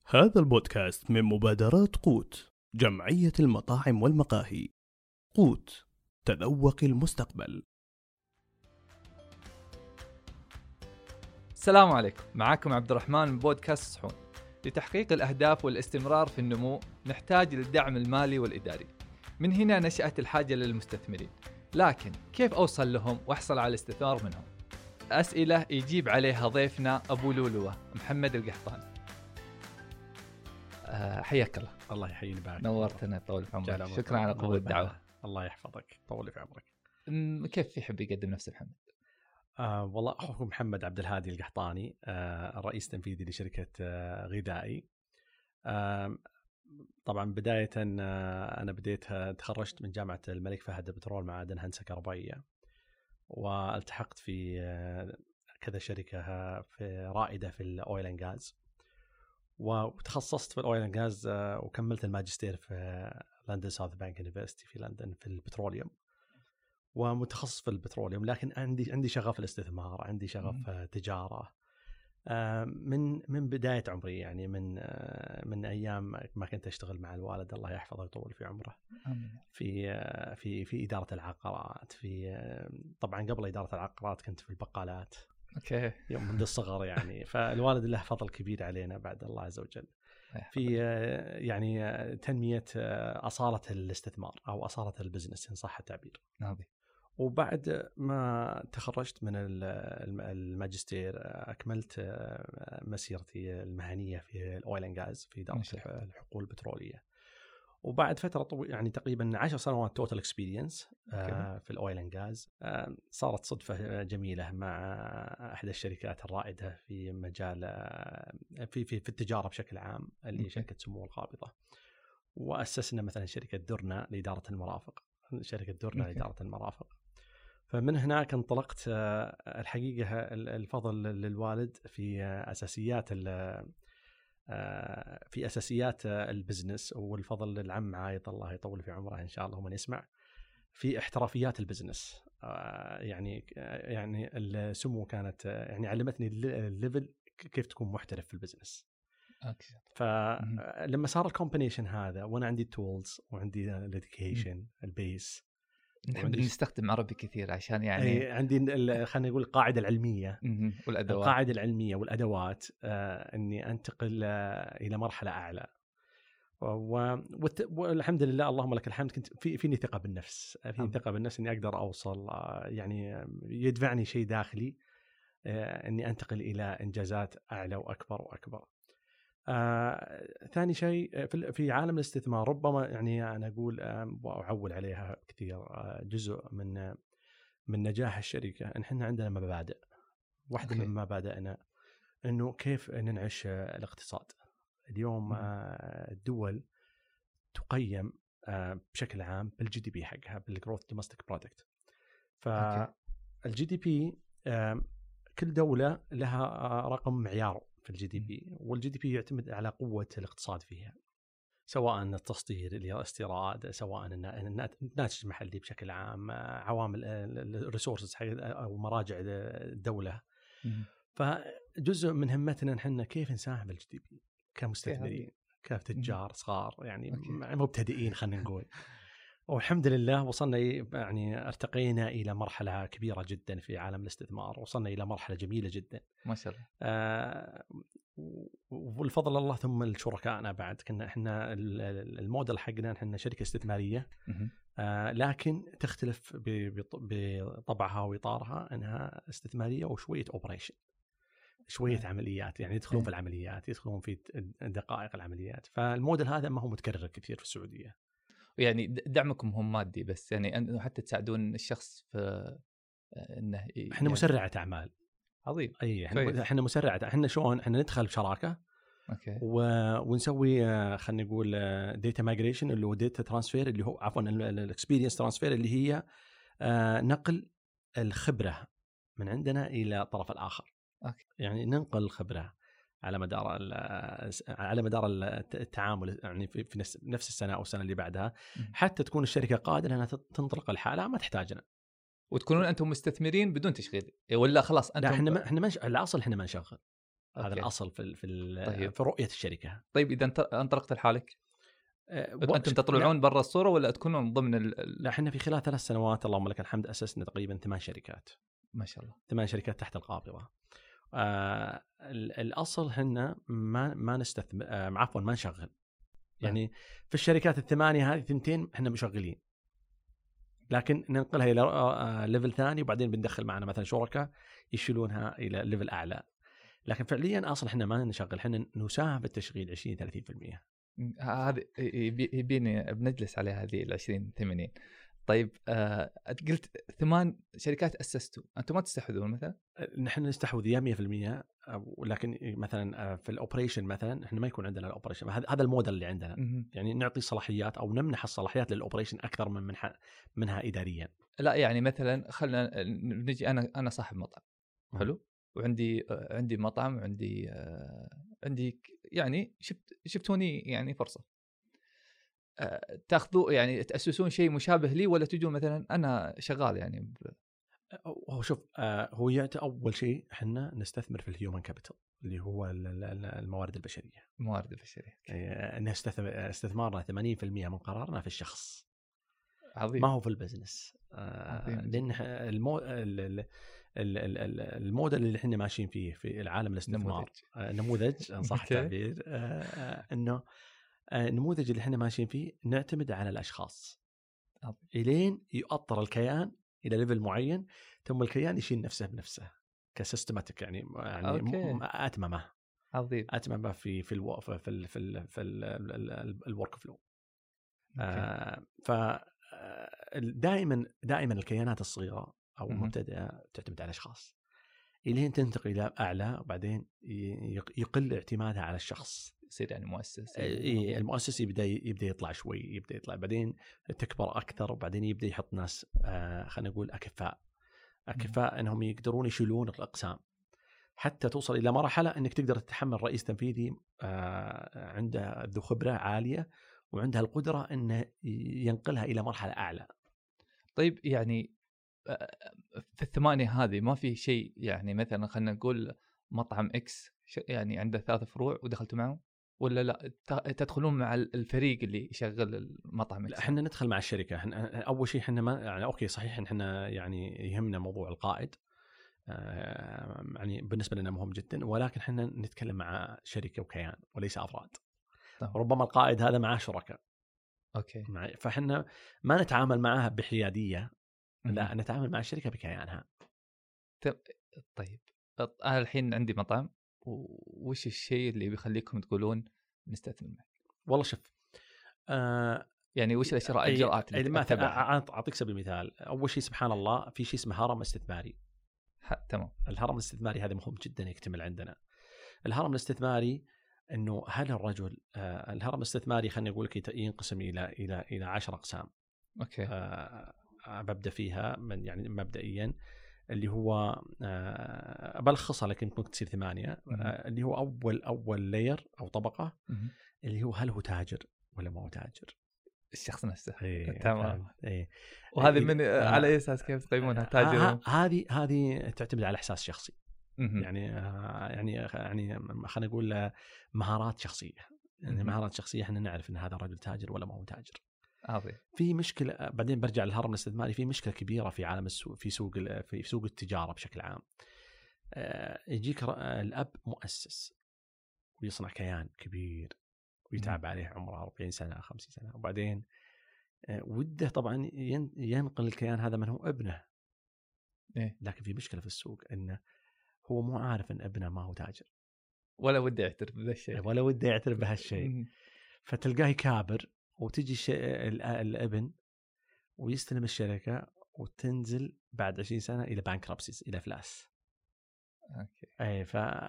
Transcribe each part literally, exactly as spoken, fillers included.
هذا البودكاست من مبادرات قوت، جمعية المطاعم والمقاهي. قوت، تذوق المستقبل. السلام عليكم، معكم عبد الرحمن من بودكاست صحون. لتحقيق الأهداف والاستمرار في النمو نحتاج للدعم المالي والإداري. من هنا نشأت الحاجة للمستثمرين، لكن كيف أوصل لهم وأحصل على الاستثمار منهم؟ أسئلة يجيب عليها ضيفنا أبو لولوة محمد القحطاني. أه حياك الله. الله يحييني بارك. نورتنا طول في عمرك. شكرا على قبول الدعوة. الله يحفظك، طول في عمرك. كيف يحب يقدم نفسه محمد؟ آه والله أخوكم محمد عبد الهادي القحطاني، آه رئيس تنفيذي لشركة آه غذائي. آه طبعا بداية آه أنا بديت تخرجت من جامعة الملك فهد بترول معادن هندسة كهربائية، والتحقت في آه كذا شركة في رائدة في الأويل أند غاز، وتخصصت في الأويل أند غاز آه وكملت الماجستير في لندن ساوث بانك يونيفرسيتي في لندن في البتروليوم، ومتخصص في البتروليوم. لكن عندي عندي شغف الاستثمار، عندي شغف تجارة من من بداية عمري، يعني من من أيام ما كنت أشتغل مع الوالد الله يحفظه ويطول في عمره في في في إدارة العقارات. في طبعا قبل إدارة العقارات كنت في البقالات أوكي يوم منذ الصغر يعني. فالوالد له فضل كبير علينا بعد الله عز وجل في يعني تنمية أصالة الاستثمار أو أصالة البزنس إن صح التعبير. نعم. وبعد ما تخرجت من الماجستير أكملت مسيرتي المهنية في الأويل أند غاز في إدارة الحقول البترولية. وبعد فترة طويلة يعني تقريبا عشر سنوات توتال اكسبيرينس في الأويل أند غاز، صارت صدفة جميلة مع أحد الشركات الرائدة في مجال في في في التجارة بشكل عام اللي هي شركة سمو القابضة، وأسسنا مثلا شركة درنا لإدارة المرافق، شركة درنا أوكي. لإدارة المرافق. فمن هناك انطلقت الحقيقة الفضل للوالد في أساسيات في أساسيات البزنس، والفضل للعم عايض الله يطول في عمره إن شاء الله ومن يسمع في احترافيات البزنس. يعني يعني السمو كانت يعني علمتني الليفل كيف تكون محترف في البزنس. فلما صار الكومبينيشن هذا وانا عندي التولز وعندي الاديوكيشن البيس، نحب نستخدم عربي كثير عشان يعني عندي خلينا نقول القاعده العلميه والادوات القاعده العلميه والادوات آه اني انتقل آه الى مرحله اعلى. والحمد لله اللهم لك الحمد كنت في فيني ثقه بالنفس، في ثقه بالنفس اني اقدر اوصل آه يعني يدفعني شيء داخلي آه اني انتقل الى انجازات اعلى واكبر واكبر. آه، ثاني شيء في في عالم الاستثمار ربما يعني أنا أقول آه، وأعول عليها كثير آه، جزء من من نجاح الشركة إن إحنا عندنا مبادئ. واحدة أوكي. من مبادئنا إنه كيف ننعش آه، الاقتصاد. اليوم آه، الدول تقيم آه، بشكل عام بالجي دي بي حقها، بالجروث دومستيك برودكت. فالجي دي بي آه، كل دولة لها آه، رقم معيار في الجي دي بي، والجي دي بي يعتمد على قوة الاقتصاد فيها، سواء التصدير اللي هي الاستيراد، سواء الناتج المحلي بشكل عام، عوامل الريسورسز أو مراجع الدولة. فجزء من همتنا نحن كيف نساهم بالجي دي بي كمستثمرين كتجار صغار يعني مبتدئين خلينا نقول. والحمد لله وصلنا يعني ارتقينا إلى مرحلة كبيرة جدا في عالم الاستثمار، وصلنا إلى مرحلة جميلة جدا ما شاء الله. آه والفضل الله ثم الشركائنا بعد. كنا احنا الموديل حقنا احنا شركة استثمارية آه لكن تختلف بطبعها وإطارها أنها استثمارية وشوية أوبريشن، شوية عمليات، يعني يدخلون في العمليات، يدخلون في دقائق العمليات. فالموديل هذا ما هو متكرر كثير في السعودية. يعني دعمكم هم مادي بس، يعني أنه حتى تساعدون الشخص في إنه احنا يعني مسرعة أعمال. عظيم. أي احنا احنا مسرعة، احنا شلون احنا ندخل بشراكة أوكي. و... ونسوي خلينا نقول داتا مايجريشن اللي هو داتا ترانسفير اللي هو عفوا الاكسبيرينس ترانسفير اللي هي نقل الخبرة من عندنا إلى الطرف الآخر. أوكي. يعني ننقل الخبرة على مدار على مدار التعامل، يعني في نفس السنة أو السنة اللي بعدها، حتى تكون الشركة قادرة أنها تنطلق الحالة ما تحتاجنا. وتكونون أنتم مستثمرين بدون تشغيل ولا خلاص أنتم؟ لا احنا ما احنا ما الأصل احنا ما نشغل، هذا الاصل في في, طيب. في رؤيه الشركه. طيب اذا انطلقت لحالك أه انتم تطلعون برا الصوره ولا تكونون ضمن ال... لا احنا في خلال ثلاث سنوات اللهم لك الحمد اسسنا تقريبا ثمان شركات. ما شاء الله. ثمان شركات تحت القابضه. آه الاصل هن ما ما نستثمر آه عفوا ما نشغل. يعني في الشركات الثمانيه هذه ثنتين احنا مشغلين، لكن ننقلها الى آه ليفل ثاني وبعدين بندخل معنا مثلا شركاء يشيلونها الى ليفل اعلى. لكن فعليا اصلا احنا ما نشغل، احنا نساهم بالتشغيل عشرين ثلاثين بالمئة. هذه يبيني بنجلس على هذه ال عشرين ثمانين. طيب آه قلت ثمان شركات اسستوا، انتم ما تستحوذون مثلا؟ نحن نستحوذ يا مئة بالمئة، ولكن مثلا في الاوبريشن مثلا احنا ما يكون عندنا الاوبريشن، هذا الموديل اللي عندنا. م- يعني نعطي صلاحيات او نمنح الصلاحيات للاوبريشن اكثر من منها, منها اداريا. لا يعني مثلا خلينا نجي، انا انا صاحب مطعم حلو، وعندي عندي مطعم وعندي عندي يعني شفت شفتوني يعني فرصه تاخذوا يعني تاسسون شيء مشابه لي، ولا تجون مثلا انا شغال يعني ب... هو شوف هو يعطي اول شيء احنا نستثمر في الهيومن كابيتال اللي هو الموارد البشريه. الموارد البشريه نستثمر استثمارنا ثمانين بالمئة من قرارنا في الشخص. عظيم. ما هو في البزنس. لان المو... الموديل اللي احنا ماشيين فيه في العالم الاستثمار نموذج ان صح التعبير، انه النموذج اللي احنا ماشيين فيه نعتمد على الاشخاص الين يؤطر الكيان الى ليفل معين، ثم الكيان يشيل نفسه بنفسه كسيستماتيك يعني يعني اتممه. عظيم. اتممه في في الو... في ال... في ال... في الورك فلو. ف دائما دائما الكيانات الصغيره او المبتدئه تعتمد على اشخاص الين تنتقل الى اعلى، وبعدين يقل اعتمادها على الشخص، يصير يعني مؤسس. اي المؤسس يبدا يبدا يطلع شوي، يبدا يطلع بعدين تكبر اكثر، وبعدين يبدا يحط ناس آه خلينا نقول اكفاء اكفاء انهم يقدرون يشيلون الاقسام، حتى توصل الى مرحله انك تقدر تتحمل رئيس تنفيذي آه عنده ذو خبره عاليه وعندها القدره انه ينقلها الى مرحله اعلى. طيب يعني في الثمانيه هذه ما في شيء يعني مثلا خلينا نقول مطعم اكس يعني عنده ثلاث فروع ودخلتوا معه، ولا لا تدخلون مع الفريق اللي يشغل المطعم اكس؟ لا احنا ندخل مع الشركه. احنا اول شيء احنا ما يعني اوكي صحيح احنا يعني يهمنا موضوع القائد آه يعني بالنسبه لنا مهم جدا، ولكن احنا نتكلم مع شركه وكيان وليس افراد. طبعا. ربما القائد هذا معه شركاء اوكي، فاحنا ما نتعامل معها بحياديه، لا نتعامل مع الشركه بكيانها. طيب انا الحين عندي مطعم، وش الشيء اللي بيخليكم تقولون نستثمر معك؟ والله شوف آه يعني وش الاشياء الاجراءات اللي اتبعها؟ اعطيك سبيل المثال. اول شيء سبحان الله في شيء اسمه هرم استثماري. تمام. الهرم الاستثماري هذا مهم جدا يكتمل عندنا. الهرم الاستثماري انه هل الرجل آه الهرم الاستثماري خلينا نقول لك ينقسم الى الى الى عشر اقسام. اوكي. آه ببدا فيها من يعني مبدئيا اللي هو آه بلخصها لكن ممكن تصير ثمانيه. آه اللي هو اول اول لاير او طبقه م- اللي هو هل هو تاجر ولا ما هو تاجر؟ الشخص نفسه. إيه تمام. إيه. وهذه من آه على اي اساس كيف تقيمونها تاجر؟ هذه هذه تعتمد على احساس شخصي. يعني آه يعني يعني خلينا نقول مهارات شخصيه. يعني مهارات شخصيه احنا نعرف ان هذا الرجل تاجر ولا ما هو تاجر. عظيم. في مشكله بعدين برجع للهرم الاستثماري، في مشكله كبيره في عالم السوق، في سوق في سوق التجاره بشكل عام. آه يجيك الاب مؤسس ويصنع كيان كبير ويتعب عليه عمره أربعين سنه خمسين سنه، وبعدين آه وده طبعا ينقل الكيان هذا من هو ابنه. إيه؟ لكن في مشكله في السوق انه هو مو عارف ان ابنه ما هو تاجر، ولا وده يعترف بهذا الشيء ولا وده يعترف بهالشيء. فتلقاه كابر وتجي الابن ويستلم الشركه وتنزل بعد عشرين سنه الى بانكرابسيز، الى افلاس. اوكي. اي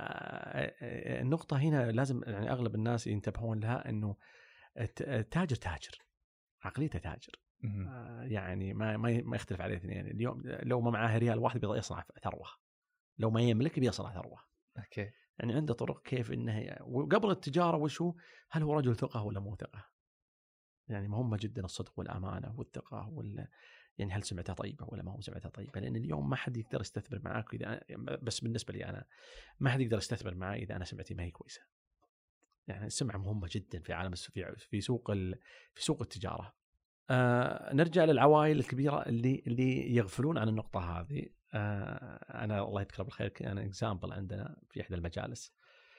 فالنقطه هنا لازم يعني اغلب الناس ينتبهون لها، انه التاجر تاجر، عقليته تاجر. آه يعني ما ما يختلف عليه اثنين. اليوم لو ما معاه ريال واحد بيقدر يصنع ثروه، لو ما يملك بيصنع ثروه. اوكي. يعني عنده طرق كيف انه وقبل التجاره وش هو، هل هو رجل ثقه ولا مو ثقه؟ يعني مهمه جدا الصدق والامانه والثقه وال يعني هل سمعتها طيبة ولا ما هو سمعتها طيبة؟ لأن اليوم ما حد يقدر يستثمر معاك إذا، بس بالنسبة لي أنا ما حد يقدر يستثمر معي إذا أنا سمعتي ما هي كويسة. يعني السمعة مهمة جدا في عالم في في سوق في سوق التجارة. آه نرجع للعوائل الكبيرة اللي اللي يغفلون عن النقطة هذه. آه أنا الله يذكره بالخير كان إكزامبل عندنا في إحدى المجالس،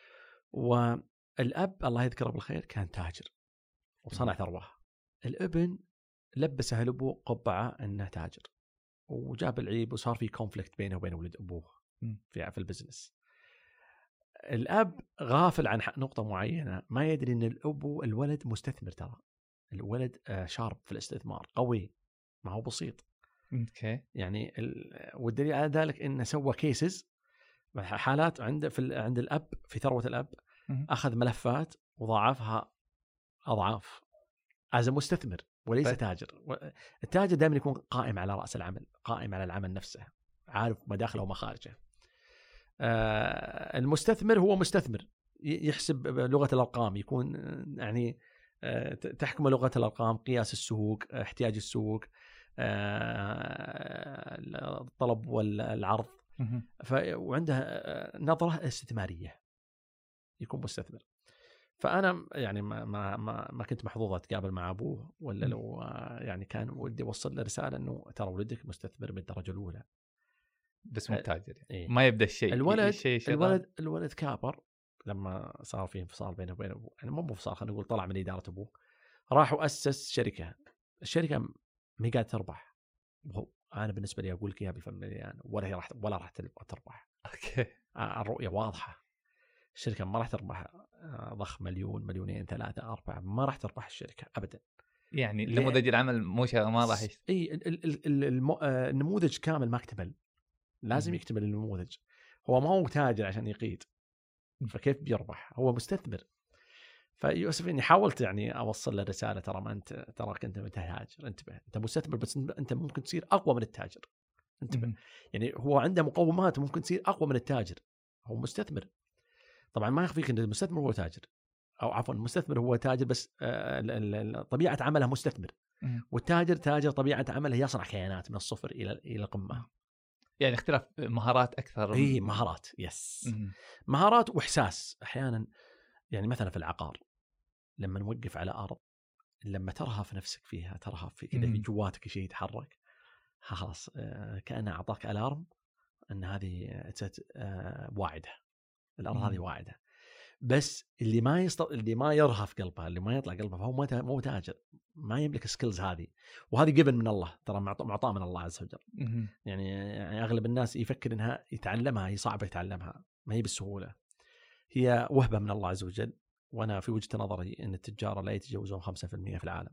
والأب الله يذكره بالخير كان تاجر وصنع ثروة. الابن لبسه الأبو قبعة أنه تاجر وجاب العيب وصار في كونفليكت بينه وبين ولد أبوه في في البزنس. الأب غافل عن نقطة معينة، ما يدري أن الأبو الولد مستثمر، ترى الولد شارب في الاستثمار قوي، ما هو بسيط. اوكي. يعني والدليل على ذلك انه سوى كيسز حالات عند في عند الاب في ثروه الاب، اخذ ملفات وضاعفها اضعاف از مستثمر وليس ف... تاجر. التاجر دائما يكون قائم على راس العمل، قائم على العمل نفسه، عارف مداخله ومخارجه. آه المستثمر هو مستثمر يحسب لغه الارقام، يكون يعني تحكم لغة الأرقام، قياس السوق، احتياج السوق، الطلب والعرض، وعنده نظرة استثمارية، يكون مستثمر. فأنا يعني ما ما ما, ما كنت محظوظ أتقابل مع أبوه، ولا لو يعني كان ودي أوصل له رسالة إنه ترى ولدك مستثمر بالدرجة الأولى بس مو تاجر يعني. إيه؟ ما يبدأ الشيء الولد الشيء الولد الولد كابر لما صار في انفصال بينه وبين أبوه، يعني مو انفصال، خلينا نقول طلع من إدارة أبوه، راح وأسس شركة. الشركة ما قاعدة تربح، وهو أنا بالنسبة لي أقول لك إياها بالفعل ولا هي راح ولا راح تربح. أوكي. الرؤية واضحة، الشركة ما راح تربح ضخ مليون مليونين ثلاثة أربعة، ما راح تربح الشركة أبدا. يعني نموذج العمل مو ما راح يشت... إيه النموذج كامل ما اكتمل، لازم يكتمل النموذج. هو ما هو تاجر عشان يقيد، فكيف بيربح؟ هو مستثمر. فيوسف اني حاولت يعني اوصل له رساله، ترى ما انت تراك انت تاجر، انتبه، انت مستثمر بس انت ممكن تصير اقوى من التاجر، انتبه. يعني هو عنده مقومات ممكن تصير اقوى من التاجر، هو مستثمر. طبعا ما يخفيك ان المستثمر هو تاجر، او عفوا المستثمر هو تاجر بس طبيعه عمله مستثمر، والتاجر تاجر طبيعه عمله يصنع كيانات من الصفر الى الى القمه. يعني اختلاف مهارات اكثر. اي مهارات، يس م- مهارات واحساس. احيانا يعني مثلا في العقار لما نوقف على ارض، لما ترهف نفسك فيها، ترهف في كذا في جواتك شيء يتحرك، خلاص كأنه اعطاك الارم ان هذه واعده، الارض هذه واعده. بس اللي ما يست... اللي ما يرهف قلبها، اللي ما يطلع قلبها، فهو مو تاجر، ما يملك السكيلز هذه. وهذه جيفن من الله، ترى معطاء من الله عز وجل. يعني... يعني اغلب الناس يفكر انها يتعلمها، هي صعبه يتعلمها، ما هي بالسهوله، هي وهبه من الله عز وجل. وانا في وجهه نظري ان التجار لا يتجاوزون خمسة بالمئة في العالم.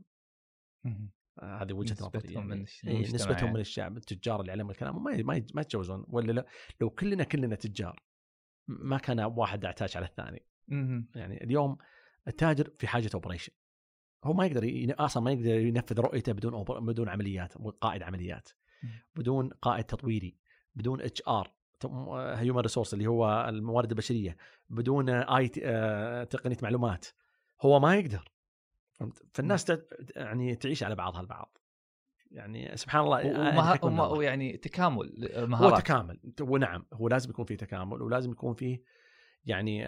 هذه وجهه نظري يعني. من إيه نسبتهم يعني. من الشعب التجار اللي علموا الكلام ما ما ما يتجاوزون. ولا لا لو كلنا كلنا تجار ما كان واحد يعتاش على الثاني. يعني اليوم التاجر في حاجه اوبريشن، هو ما يقدر ي... اصلا ما يقدر ينفذ رؤيته بدون أوبر... بدون عمليات، قائد عمليات، بدون قائد تطويري، بدون اتش ار هيومن ريسورس اللي هو الموارد البشريه، بدون اي تقنيه معلومات، هو ما يقدر. فالناس ت... يعني تعيش على بعضها البعض. يعني سبحان الله. ومه... وما... يعني تكامل مهارات. هو تكامل، ونعم هو لازم يكون فيه تكامل، ولازم يكون فيه يعني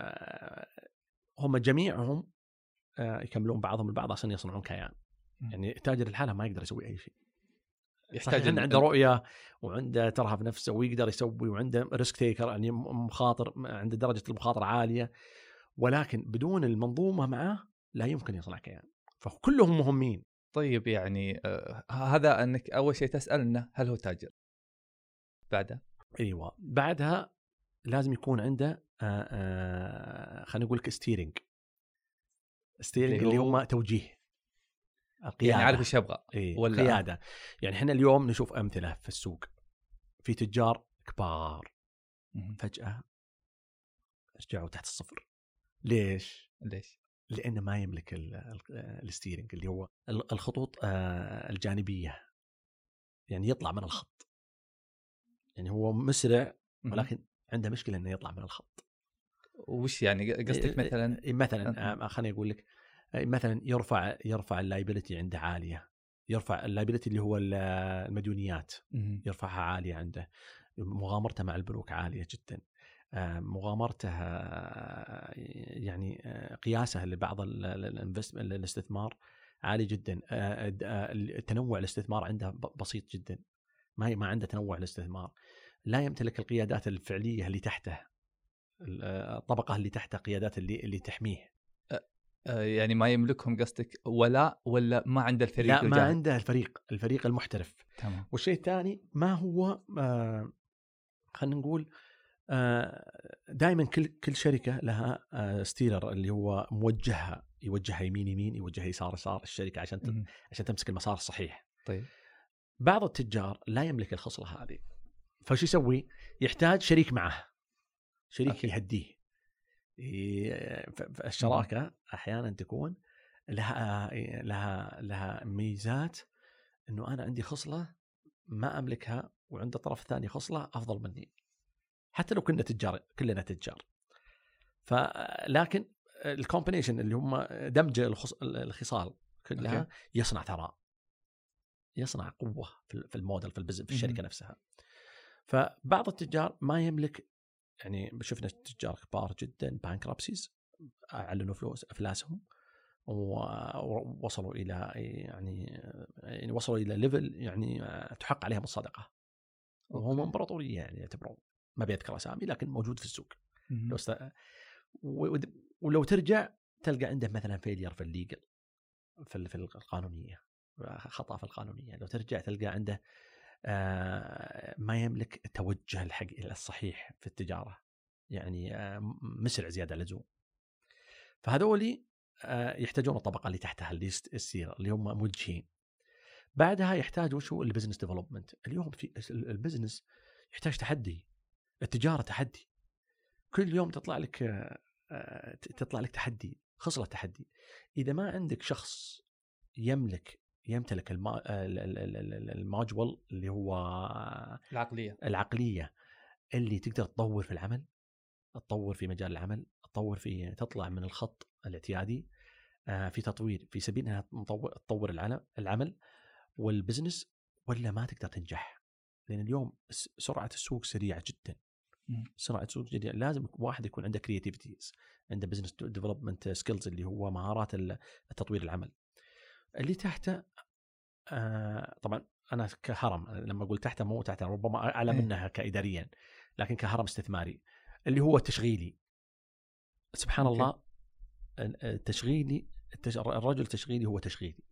هم جميعهم يكملون بعضهم البعض عشان يصنعون كيان. يعني تاجر الحالة ما يقدر يسوي أي شيء، يحتاج أن عنده رؤية وعنده ترهف نفسه ويقدر يسوي، وعنده ريسك تيكر يعني مخاطر، عنده درجة المخاطرة عالية، ولكن بدون المنظومة معه لا يمكن يصنع كيان. فكلهم مهمين. طيب يعني آه هذا أنك أول شيء تسأل إنه هل هو تاجر. بعدها أيوة بعدها لازم يكون عنده آه آه خلينا نقول ستيرنج ستيرنج اللي هم توجيه، القيادة. يعني عارف ايش يبغى إيه ولا قيادة. يعني احنا اليوم نشوف أمثلة في السوق في تجار كبار م- فجأة رجعوا تحت الصفر. ليش؟ ليش؟ لأنه ما يملك الستيرنج اللي هو الخطوط آه الجانبية، يعني يطلع من الخط. يعني هو مسرع ولكن م- عنده مشكلة إنه يطلع من الخط. وش يعني قصدك مثلا؟ مثلا خليني أقول لك مثلا يرفع يرفع اللايبيليتي عنده عالية، يرفع اللايبيلتي اللي هو المديونيات يرفعها عالية عنده. مغامرته مع البنوك عالية جدا. مغامرته يعني قياسه لبعض الاستثمار عالي جدا. التنوع الاستثمار عنده بسيط جدا، ما ما عنده تنوع الاستثمار. لا يمتلك القيادات الفعلية اللي تحته، الطبقة اللي تحته قيادات اللي اللي تحميه. يعني ما يملكهم قصدك، ولا ولا ما عنده الفريق؟ لا الجاهد. ما عنده الفريق الفريق المحترف. تمام. والشيء الثاني ما هو آه خلينا نقول آه دائما كل كل شركة لها آه ستيرر اللي هو موجهها، يوجهها يمين يمين، يوجهها يسار يسار الشركة عشان م- عشان تمسك المسار الصحيح. طيب بعض التجار لا يملك الخصلة هذه، فشو يسوي؟ يحتاج شريك معه، شريك أوكي. يهديه. الشراكة أحيانا تكون لها لها لها ميزات، إنه أنا عندي خصلة ما أملكها وعند الطرف الثاني خصلة أفضل مني، حتى لو كنا تجار كلنا تجار. فلكن الكومبينيشن اللي هم دمج الخصال كلها أوكي. يصنع ثراء، يصنع قوة في الموديل في البزنس في الشركة نفسها. فبعض التجار ما يملك، يعني شفنا تجار كبار جدا بانكرابسيز، اعلنوا فلوس افلاسهم ووصلوا الى يعني يعني وصلوا الى ليفل يعني تحق عليهم الصدقه، وهم امبراطوريه يعني يعتبرون، ما بيذكر اسامي لكن موجود في السوق. لو است... ولو ترجع تلقى عنده مثلا فيلير في الليجل في في القانونيه، خطا في القانونيه. لو ترجع تلقى عنده آه ما يملك التوجه الحق الصحيح في التجارة، يعني آه مسرع زيادة اللزوم. فهذولي آه يحتاجون الطبقة اللي تحتها اللي السيرة اللي هم موجهين. بعدها يحتاج وشو البزنس ديفلوبمنت. اليوم في البزنس يحتاج تحدي، التجارة تحدي، كل يوم تطلع لك آه تطلع لك تحدي، خصلة تحدي. إذا ما عندك شخص يملك يمتلك الماجول اللي هو العقلية العقلية اللي تقدر تطور في العمل، تطور في مجال العمل، تطور في تطلع من الخط الاعتيادي في تطوير في سبيل انها تطور العمل والبزنس، ولا ما تقدر تنجح. لأن اليوم سرعة السوق سريعة جدا، سرعة السوق جدا. لازم واحد يكون عنده كرياتيفيتيز، عنده بزنس ديفلوبمنت سكيلز اللي هو مهارات التطوير العمل. اللي تحته آه طبعا أنا كهرم، لما أقول تحته مو تحته، ربما أعلى منها كإداريا، لكن كهرم استثماري اللي هو تشغيلي. سبحان أوكي. الله التشغيلي، الرجل تشغيلي هو تشغيلي،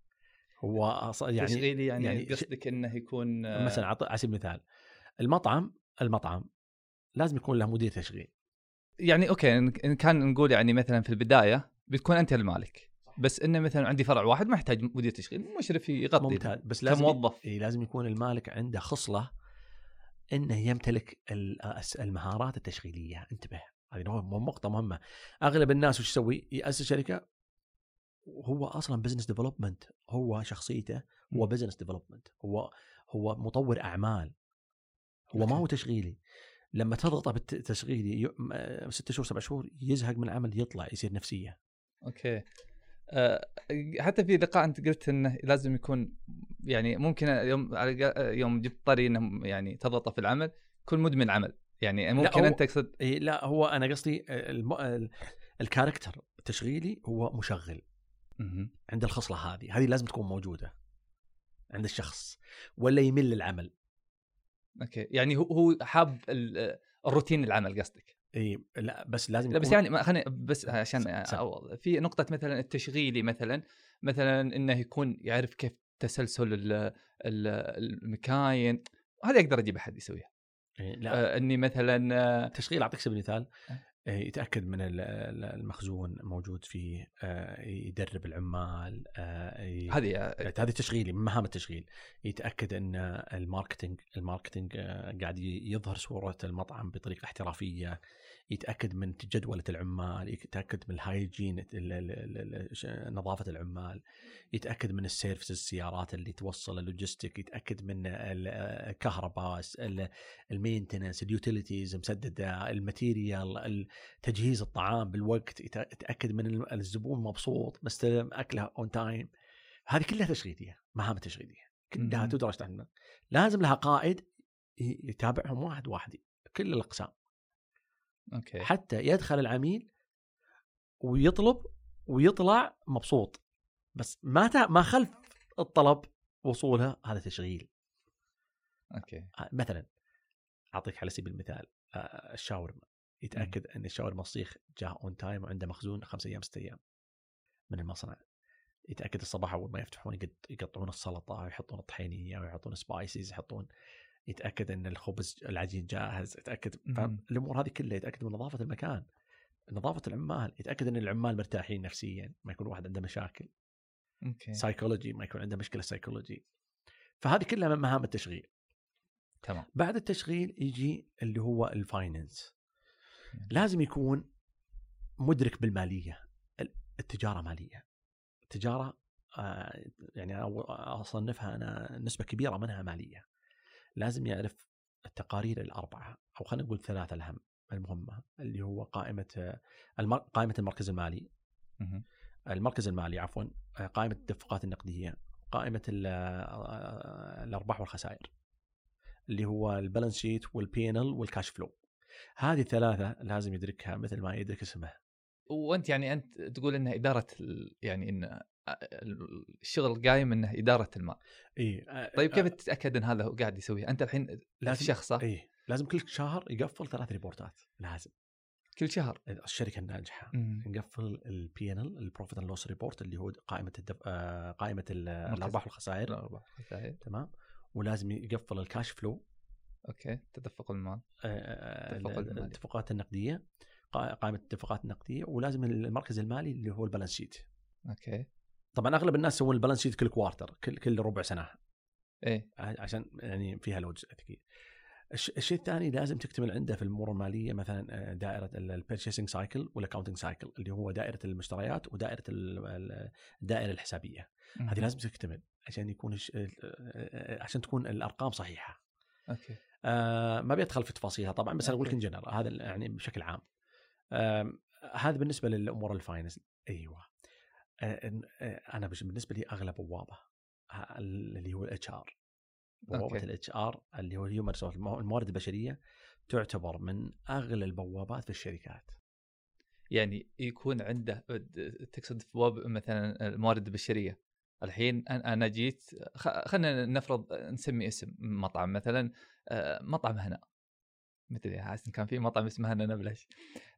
هو يعني تشغيلي يعني, يعني قصدك انه يكون مثلا على سبيل المثال المطعم المطعم لازم يكون له مدير تشغيل. يعني اوكي ان كان نقول يعني مثلا في البدايه بتكون انت المالك، بس انه مثلا عندي فرع واحد ما يحتاج مدير تشغيل، مشرف يغطي ممتاز، بس لازم كموظف. إيه لازم يكون المالك عنده خصله انه يمتلك المهارات التشغيليه. انتبه، هذه نقطه مهمه. اغلب الناس وش يسوي؟ يأسس شركه هو اصلا بزنس ديفلوبمنت، هو شخصيته هو بزنس ديفلوبمنت، هو هو مطور اعمال، هو ما هو تشغيلي. لما تضغط بالتشغيلي ستة شهور سبع شهور يزهق من العمل، يطلع يصير نفسيه. اوكي أه حتى في لقاء انت قلت انه لازم يكون يعني ممكن يوم يوم جبت طري انه يعني تضغط في العمل يكون مدمن عمل، يعني ممكن انت تقصد لا هو انا قصدي الكاركتر التشغيلي هو مشغل عند الخصلة هذه هذه لازم تكون موجودة عند الشخص، ولا يمل العمل. اوكي يعني هو هو حاب الروتين العمل قصدك؟ اي لا بس لازم لا بس يعني خليني بس عشان في نقطة مثلا التشغيلي مثلا مثلا انه يكون يعرف كيف تسلسل المكاين، هذا يقدر اجيب احد يسويها. لا آه اني مثلا تشغيل اعطيك سبيل مثال، يتأكد من المخزون موجود فيه، يدرب العمال، هذه هذه تشغيلي من مهام التشغيل. يتأكد أن الماركتينج الماركتينج قاعد يظهر صورة المطعم بطريقة احترافية. يتأكد من جدولة العمال، يتأكد من الهايجين نظافة العمال، يتأكد من السيرفس السيارات اللي توصل اللوجستيك، يتأكد من الكهرباء، المينتنس، اليوتيليتيز مسددة، الماتيريال، تجهيز الطعام بالوقت، يتأكد من الزبون مبسوط مستلم أكله اون تايم. هذه كلها تشغيليه، مهام تشغيليه كلها مم. تدرج تحت. لازم لها قائد يتابعهم واحد واحد كل الاقسام. اوكي. حتى يدخل العميل ويطلب ويطلع مبسوط، بس ما تا... ما خلف الطلب وصولها هذا تشغيل. اوكي. مثلا اعطيك على سبيل المثال الشاورما، يتاكد ان الشاورما الصيخ جاء اون تايم وعنده مخزون خمس ايام ست ايام من المصنع. يتاكد الصباح اول ما يفتحون يقطعون السلطه ويحطون الطحينيه ويحطون سبايسز يحطون. يتاكد ان الخبز العجين جاهز. يتاكد الامور هذه كلها. يتاكد من نظافه المكان، نظافه العمال. يتاكد ان العمال مرتاحين نفسيا، ما يكون واحد عنده مشاكل. اوكي. سايكولوجي، ما يكون عنده مشكله سايكولوجي. فهذه كلها من مهام التشغيل. تمام. بعد التشغيل يجي اللي هو الفاينانس. لازم يكون مدرك بالماليه. التجاره ماليه. التجاره آه يعني اصنفها انا نسبه كبيره منها ماليه. لازم يعرف التقارير الاربعه، او خلينا نقول ثلاثه الاهم المهمه، اللي هو قائمه المر... قائمه المركز المالي. م- المركز المالي عفوا قائمه التدفقات النقديه، قائمه الارباح والخسائر اللي هو البالانس شيت والبي ان ال والكاش فلو. هذه الثلاثه لازم يدركها مثل ما يدرك اسمها. وانت يعني انت تقول انها اداره ال... يعني ان الشغل قايم انه اداره المال. اي. طيب كيف تتاكد ان هذا هو قاعد يسويه انت الحين؟ لازم شخصه. اي لازم كل شهر يقفل ثلاث ريبورتات. لازم كل شهر. الشركه الناجحه مم. نقفل البي ان ال البروفيت اند لوس ريبورت اللي هو قائمه الدف... آه قائمه الارباح والخسائر. الارباح والخسائر. تمام. ولازم يقفل الكاش فلو. اوكي. تدفق المال. آه الاتفاقات النقديه، قائمه الاتفاقات النقديه. ولازم المركز المالي اللي هو البالانس شيت. اوكي. طبعا اغلب الناس يسوون البالانس شيت كل كوارتر، كل كل ربع سنه. ايه عشان يعني فيها لوجز اكيد. الشيء الثاني لازم تكتمل عنده في الامور الماليه مثلا دائره البيرشيسنج سايكل والاكاونتنج سايكل اللي هو دائره المشتريات ودائره الدائره الحسابيه. م- هذه لازم تكتمل عشان يكون عشان تكون الارقام صحيحه. اوكي. آه ما بيدخل في تفاصيلها طبعا، بس انا اقول لك ان جنرال هذا يعني بشكل عام. آه هذا بالنسبه للامور الفاينانس. ايوه. آه انا بالنسبه لي اغلى بوابه اللي هو الاتش ار. بوابه الاتش ار اللي هو الهيومن ريسورس الموارد البشريه تعتبر من اغلى البوابات في الشركات. يعني يكون عنده تقصد في بواب مثلا الموارد البشريه. الحين انا جيت خلينا نفرض نسمي اسم مطعم مثلا مطعم هنا مثل حاسس كان في مطعم اسمه هنا نبلش،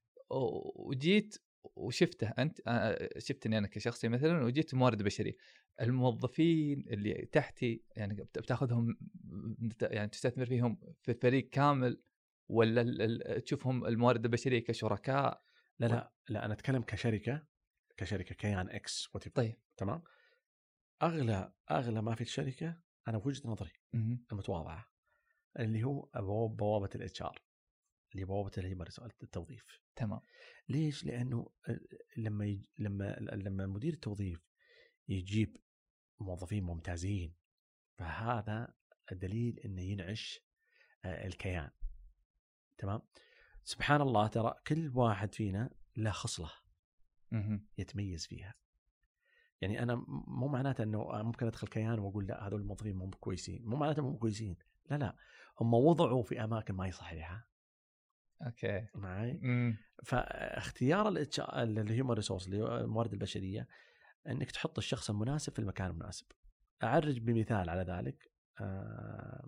وجيت وشفته انت شفتني انا كشخصي مثلا وجيت موارد بشريه. الموظفين اللي تحتي يعني بتاخذهم يعني تستثمر فيهم في فريق كامل ولا تشوفهم الموارد البشريه كشركاء؟ لا لا لا انا اتكلم كشركه كشركه كيان اكس وتف... طيب تمام. اغلى اغلى ما في الشركه انا في وجهه نظري المتواضعه اللي هو بوابه الاتش ار، اللي بوابه الهيومن ريسورس التوظيف. تمام. ليش؟ لانه لما يج... لما لما مدير التوظيف يجيب موظفين ممتازين فهذا الدليل انه ينعش الكيان. تمام. سبحان الله ترى كل واحد فينا له خصلة يتميز فيها. يعني أنا مو معناته أنه ممكن أدخل كيان وأقول لا هذول الموظفين مو كويسين، مو معناته مو كويسين، لا لا هم وضعوا في أماكن ما هي صحيحة. أوكي معي. فاختيار الهيومن ريسورس اللي هو الموارد البشرية أنك تحط الشخص المناسب في المكان المناسب. أعرج بمثال على ذلك. آه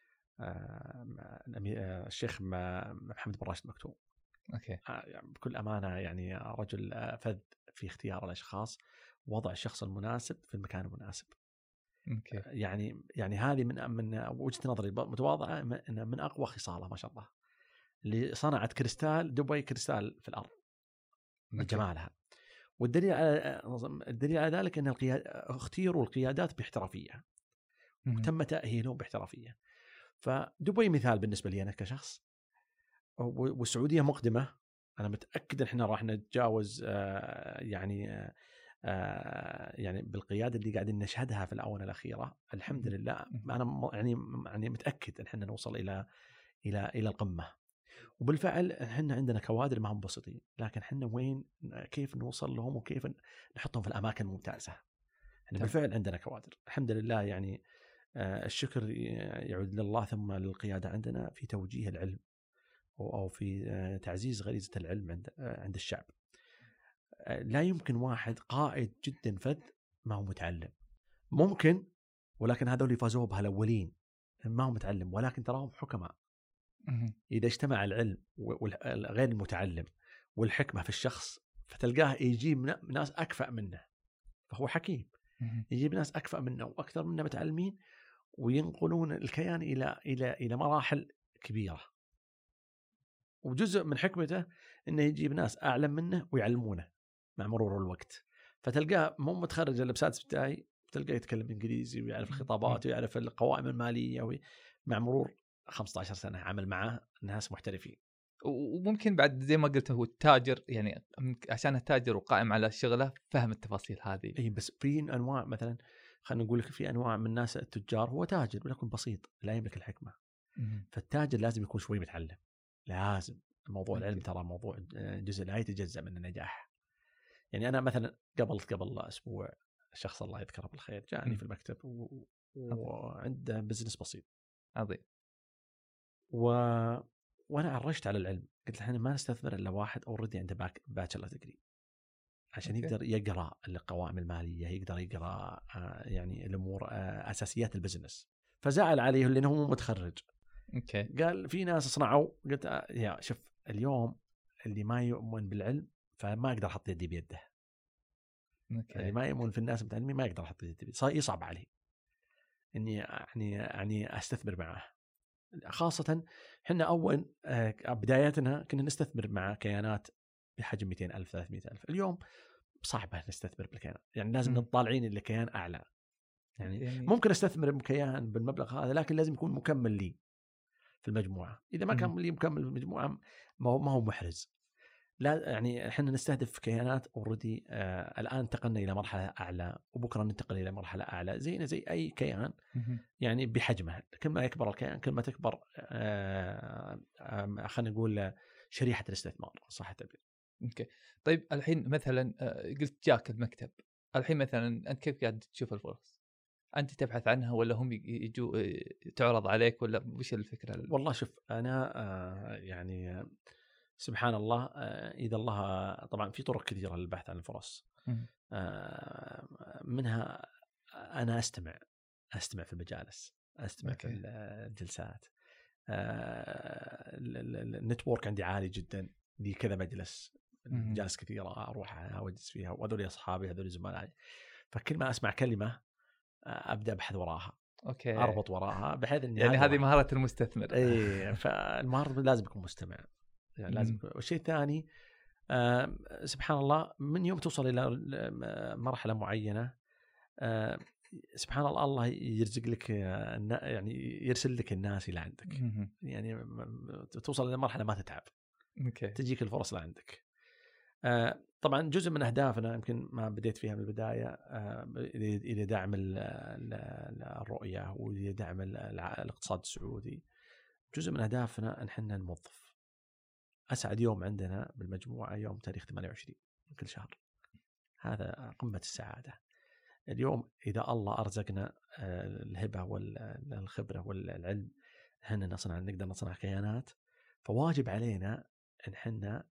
آه الشيخ محمد بن راشد مكتوم. اوكي. بكل امانه يعني رجل فذ في اختيار الاشخاص، وضع الشخص المناسب في المكان المناسب. اوكي. يعني يعني هذه من من وجهه نظري متواضعه من اقوى خصاله ما شاء الله، اللي صنعت كريستال دبي كريستال في الارض من جمالها. والدليل على الدليل على ذلك ان القياد اختيروا القيادات باحترافيه وتم تاهيلهم باحترافيه. فدبي مثال بالنسبه لي انا كشخص، والسعوديه مقدمه. انا متاكد ان احنا راح نتجاوز آه يعني آه يعني بالقياده اللي قاعدين نشهدها في الاونه الاخيره الحمد لله. انا يعني يعني متاكد ان احنا نوصل الى الى الى القمه. وبالفعل احنا عندنا كوادر ما هم بسيطين، لكن احنا وين كيف نوصل لهم وكيف نحطهم في الاماكن الممتازه. يعني بالفعل عندنا كوادر الحمد لله. يعني آه الشكر يعود لله ثم للقيادة عندنا في توجيه العلم أو في آه تعزيز غريزة العلم عند آه عند الشعب. آه لا يمكن واحد قائد جدا فذ ما هو متعلم. ممكن، ولكن هذول فازوا بها الأولين ما هو متعلم، ولكن تراهم حكماء. إذا اجتمع العلم وغير المتعلم والحكمة في الشخص فتلقاه يجيب ناس أكفأ منه، فهو حكيم. يجيب ناس أكفأ منه وأكثر منه متعلمين وينقلون الكيان إلى إلى إلى مراحل كبيرة. وجزء من حكمته إنه يجيب ناس أعلم منه ويعلمونه مع مرور الوقت. فتلقاه مو متخرج إلا بسادس ابتدائي، تلقاه يتكلم إنجليزي ويعرف الخطابات ويعرف القوائم المالية، مع مرور خمسة عشر سنة عمل معه ناس محترفين. وممكن بعد زي ما قلت هو التاجر، يعني عشان التاجر وقائم على شغله فهم التفاصيل هذه. اي بس في انواع، مثلا خلينا نقول لك في انواع من الناس التجار هو تاجر ولكن بسيط لا يملك الحكمه. مم. فالتاجر لازم يكون شوي متعلم، لازم. موضوع ممكن. العلم ترى موضوع جزء لا يتجزأ من النجاح. يعني انا مثلا قبل قبل اسبوع شخص الله يذكره بالخير جاءني مم. في المكتب و... وعنده بزنس بسيط عظيم. و... وانا عرجت على العلم، قلت له احنا ما نستثمر الا واحد اوريدي عنده باك باتشلر ديجري عشان أوكي. يقدر يقرأ القوائم المالية، يقدر يقرأ يعني الأمور أساسيات البزنس. فزعل عليه لأنه مو متخرج. أوكي. قال في ناس صنعوا. قلت يا شوف اليوم اللي ما يؤمن بالعلم فما أقدر أحط يدي بيده. أوكي. اللي ما يؤمن في الناس متعلمين ما يقدر أحط يدي بيده. صار يصعب عليه إني يعني يعني أستثمر معه. خاصة إحنا أول بداياتنا كنا نستثمر مع كيانات بحجم مئتين ألف ثلاثمئة ألف. اليوم صعبة نستثمر بالكيان، يعني لازم نطالعين اللي كيان أعلى. يعني, يعني ممكن استثمر بكيان بالمبلغ هذا لكن لازم يكون مكمل لي في المجموعة. إذا ما كان لي مكمل في المجموعة ما هو ما هو محرز. لا يعني احنا نستهدف كيانات اوريدي آه الآن انتقلنا إلى مرحلة أعلى وبكرة ننتقل إلى مرحلة أعلى زينا زي أي كيان يعني بحجمه. كل ما يكبر الكيان كل ما تكبر آه آه خلينا نقول شريحة الاستثمار صح التعبير. اوكي طيب الحين مثلا قلت جاك المكتب، الحين مثلا انت كيف قاعد تشوف الفرص؟ انت تبحث عنها ولا هم يجوا تعرض عليك ولا وش الفكره؟ والله شوف انا آه يعني سبحان الله آه اذا الله طبعا في طرق كثيره للبحث عن الفرص. آه منها انا استمع استمع في المجالس، استمع أوكي. في الجلسات. آه النتورك عندي عالي جدا، لي كذا مجلس جالس كثيرة أروح أوجلس فيها وهذول أصحابي هذول زملائي. فكل ما أسمع كلمة أبدأ أبحث وراها. أوكي. أربط وراها بحيث إني يعني هذه مهارة المستثمر. إيه فالمهارة لازم يكون مستمع يعني لازم. والشيء الثاني آه سبحان الله من يوم توصل إلى مرحلة معينة آه سبحان الله الله يرزق لك يعني يرسل لك الناس إلى عندك. يعني توصل إلى مرحلة ما تتعب. أوكي. تجيك الفرص لعندك. آه طبعا جزء من أهدافنا يمكن ما بديت فيها من البداية آه إلى دعم الرؤية وإلى دعم الاقتصاد السعودي. جزء من أهدافنا أن احنا نوظف. أسعد يوم عندنا بالمجموعة يوم تاريخ ثمانية وعشرين من كل شهر، هذا قمة السعادة. اليوم إذا الله أرزقنا آه الهبة والخبرة والعلم احنا نصنع نقدر نصنع كيانات، فواجب علينا أن احنا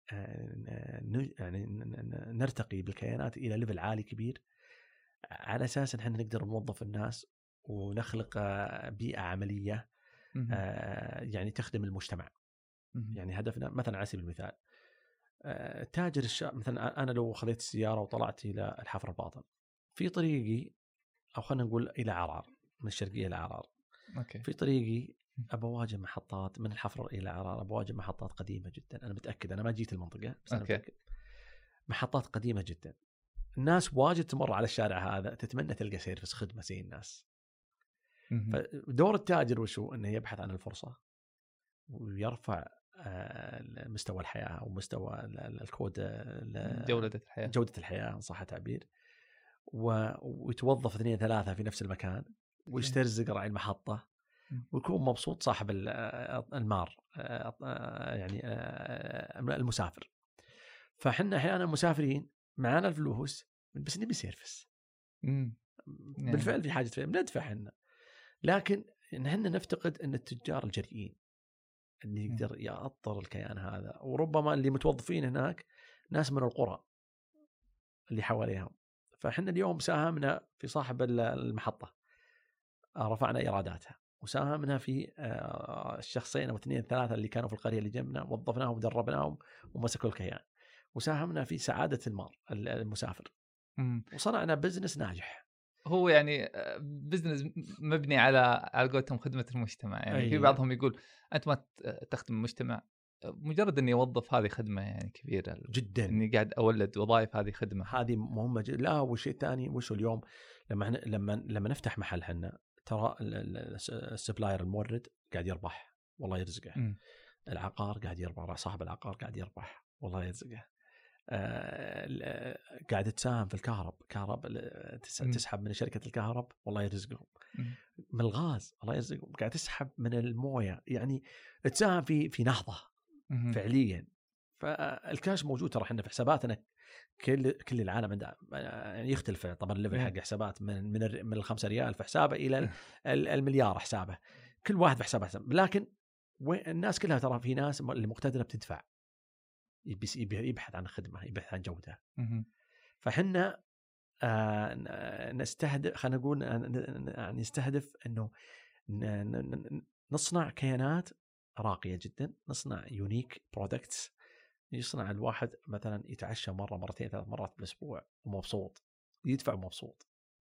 يعني نرتقي بالكيانات إلى ليفل عالي كبير على أساس إن احنا نقدر نوظف الناس ونخلق بيئة عملية يعني تخدم المجتمع. يعني هدفنا مثلا على سبيل المثال تاجر الشاب، مثلا أنا لو خذيت السيارة وطلعت إلى الحفر الباطن في طريقي أو خلينا نقول إلى عرعر من الشرقية إلى عرعر. أوكي. في طريقي أبواجه محطات من الحفر إلى عرعر، أبواجه محطات قديمة جدا. أنا متأكد أنا ما جيت المنطقة بس أنا متأكد محطات قديمة جدا. الناس واجد تمر على الشارع هذا تتمنى تلقى سيرفس خدمة زي الناس. فدور التاجر وشو أنه يبحث عن الفرصة ويرفع مستوى الحياة ومستوى الكود جودة الحياة جودة الحياة صح التعبير، ويتوظف اثنين ثلاثة في نفس المكان ويسترزق راعي المحطة ويكون مبسوط صاحب المار يعني المسافر. فحنا أحيانا مسافرين معانا الفلوس بس نبي سيرفس امم بالفعل في حاجه فيها بندفع احنا، لكن احنا نفتقد ان التجار الجريئين اللي يقدر يأطر الكيان هذا، وربما اللي متوظفين هناك ناس من القرى اللي حواليهم. فاحنا اليوم ساهمنا في صاحب المحطه، رفعنا ايراداتها، وساهمنا في الشخصين او اثنين ثلاثه اللي كانوا في القريه اللي جنبنا، وظفناهم ودربناهم ومسكوا الكيان، وساهمنا في سعاده المار المسافر، مم. وصنعنا بزنس ناجح. هو يعني بزنس مبني على على قولتهم خدمه المجتمع. يعني أيه. في بعضهم يقول انت ما تخدم المجتمع، مجرد اني اوظف هذه خدمه يعني كبيره جدا، اني قاعد اولد وظائف، هذه خدمه، هذه مهمه جدا. لا، والشيء الثاني وش اليوم لما لما لما نفتح محل حنا، ترى السبلاير المورد قاعد يربح والله يرزقه، م. العقار قاعد يربح، صاحب العقار قاعد يربح والله يرزقه، آه قاعد تساهم في الكهرب، كهرب تسحب من شركه الكهرب والله يرزقهم، من الغاز الله يرزقهم، قاعد تسحب من المويه، يعني تساهم في في نهضه م. فعليا. فالكاش موجود ترى، احنا في حساباتنا كل كل العالم عنده يعني يختلف طبعا الليفل حق حسابات من من من الخمسة ريال في حسابه الى المليار حسابه، كل واحد في حسابه، لكن الناس كلها ترى في ناس اللي مقتدره بتدفع، يبحث عن خدمه، يبحث عن جوده. فحنا آه نستهدف، خلينا نقول يعني نستهدف انه نصنع كيانات راقيه جدا، نصنع يونيك برودكتس، يصنع الواحد مثلا يتعشى مرة مرتين ثلاث مرات بالأسبوع ومبسوط، يدفع مبسوط.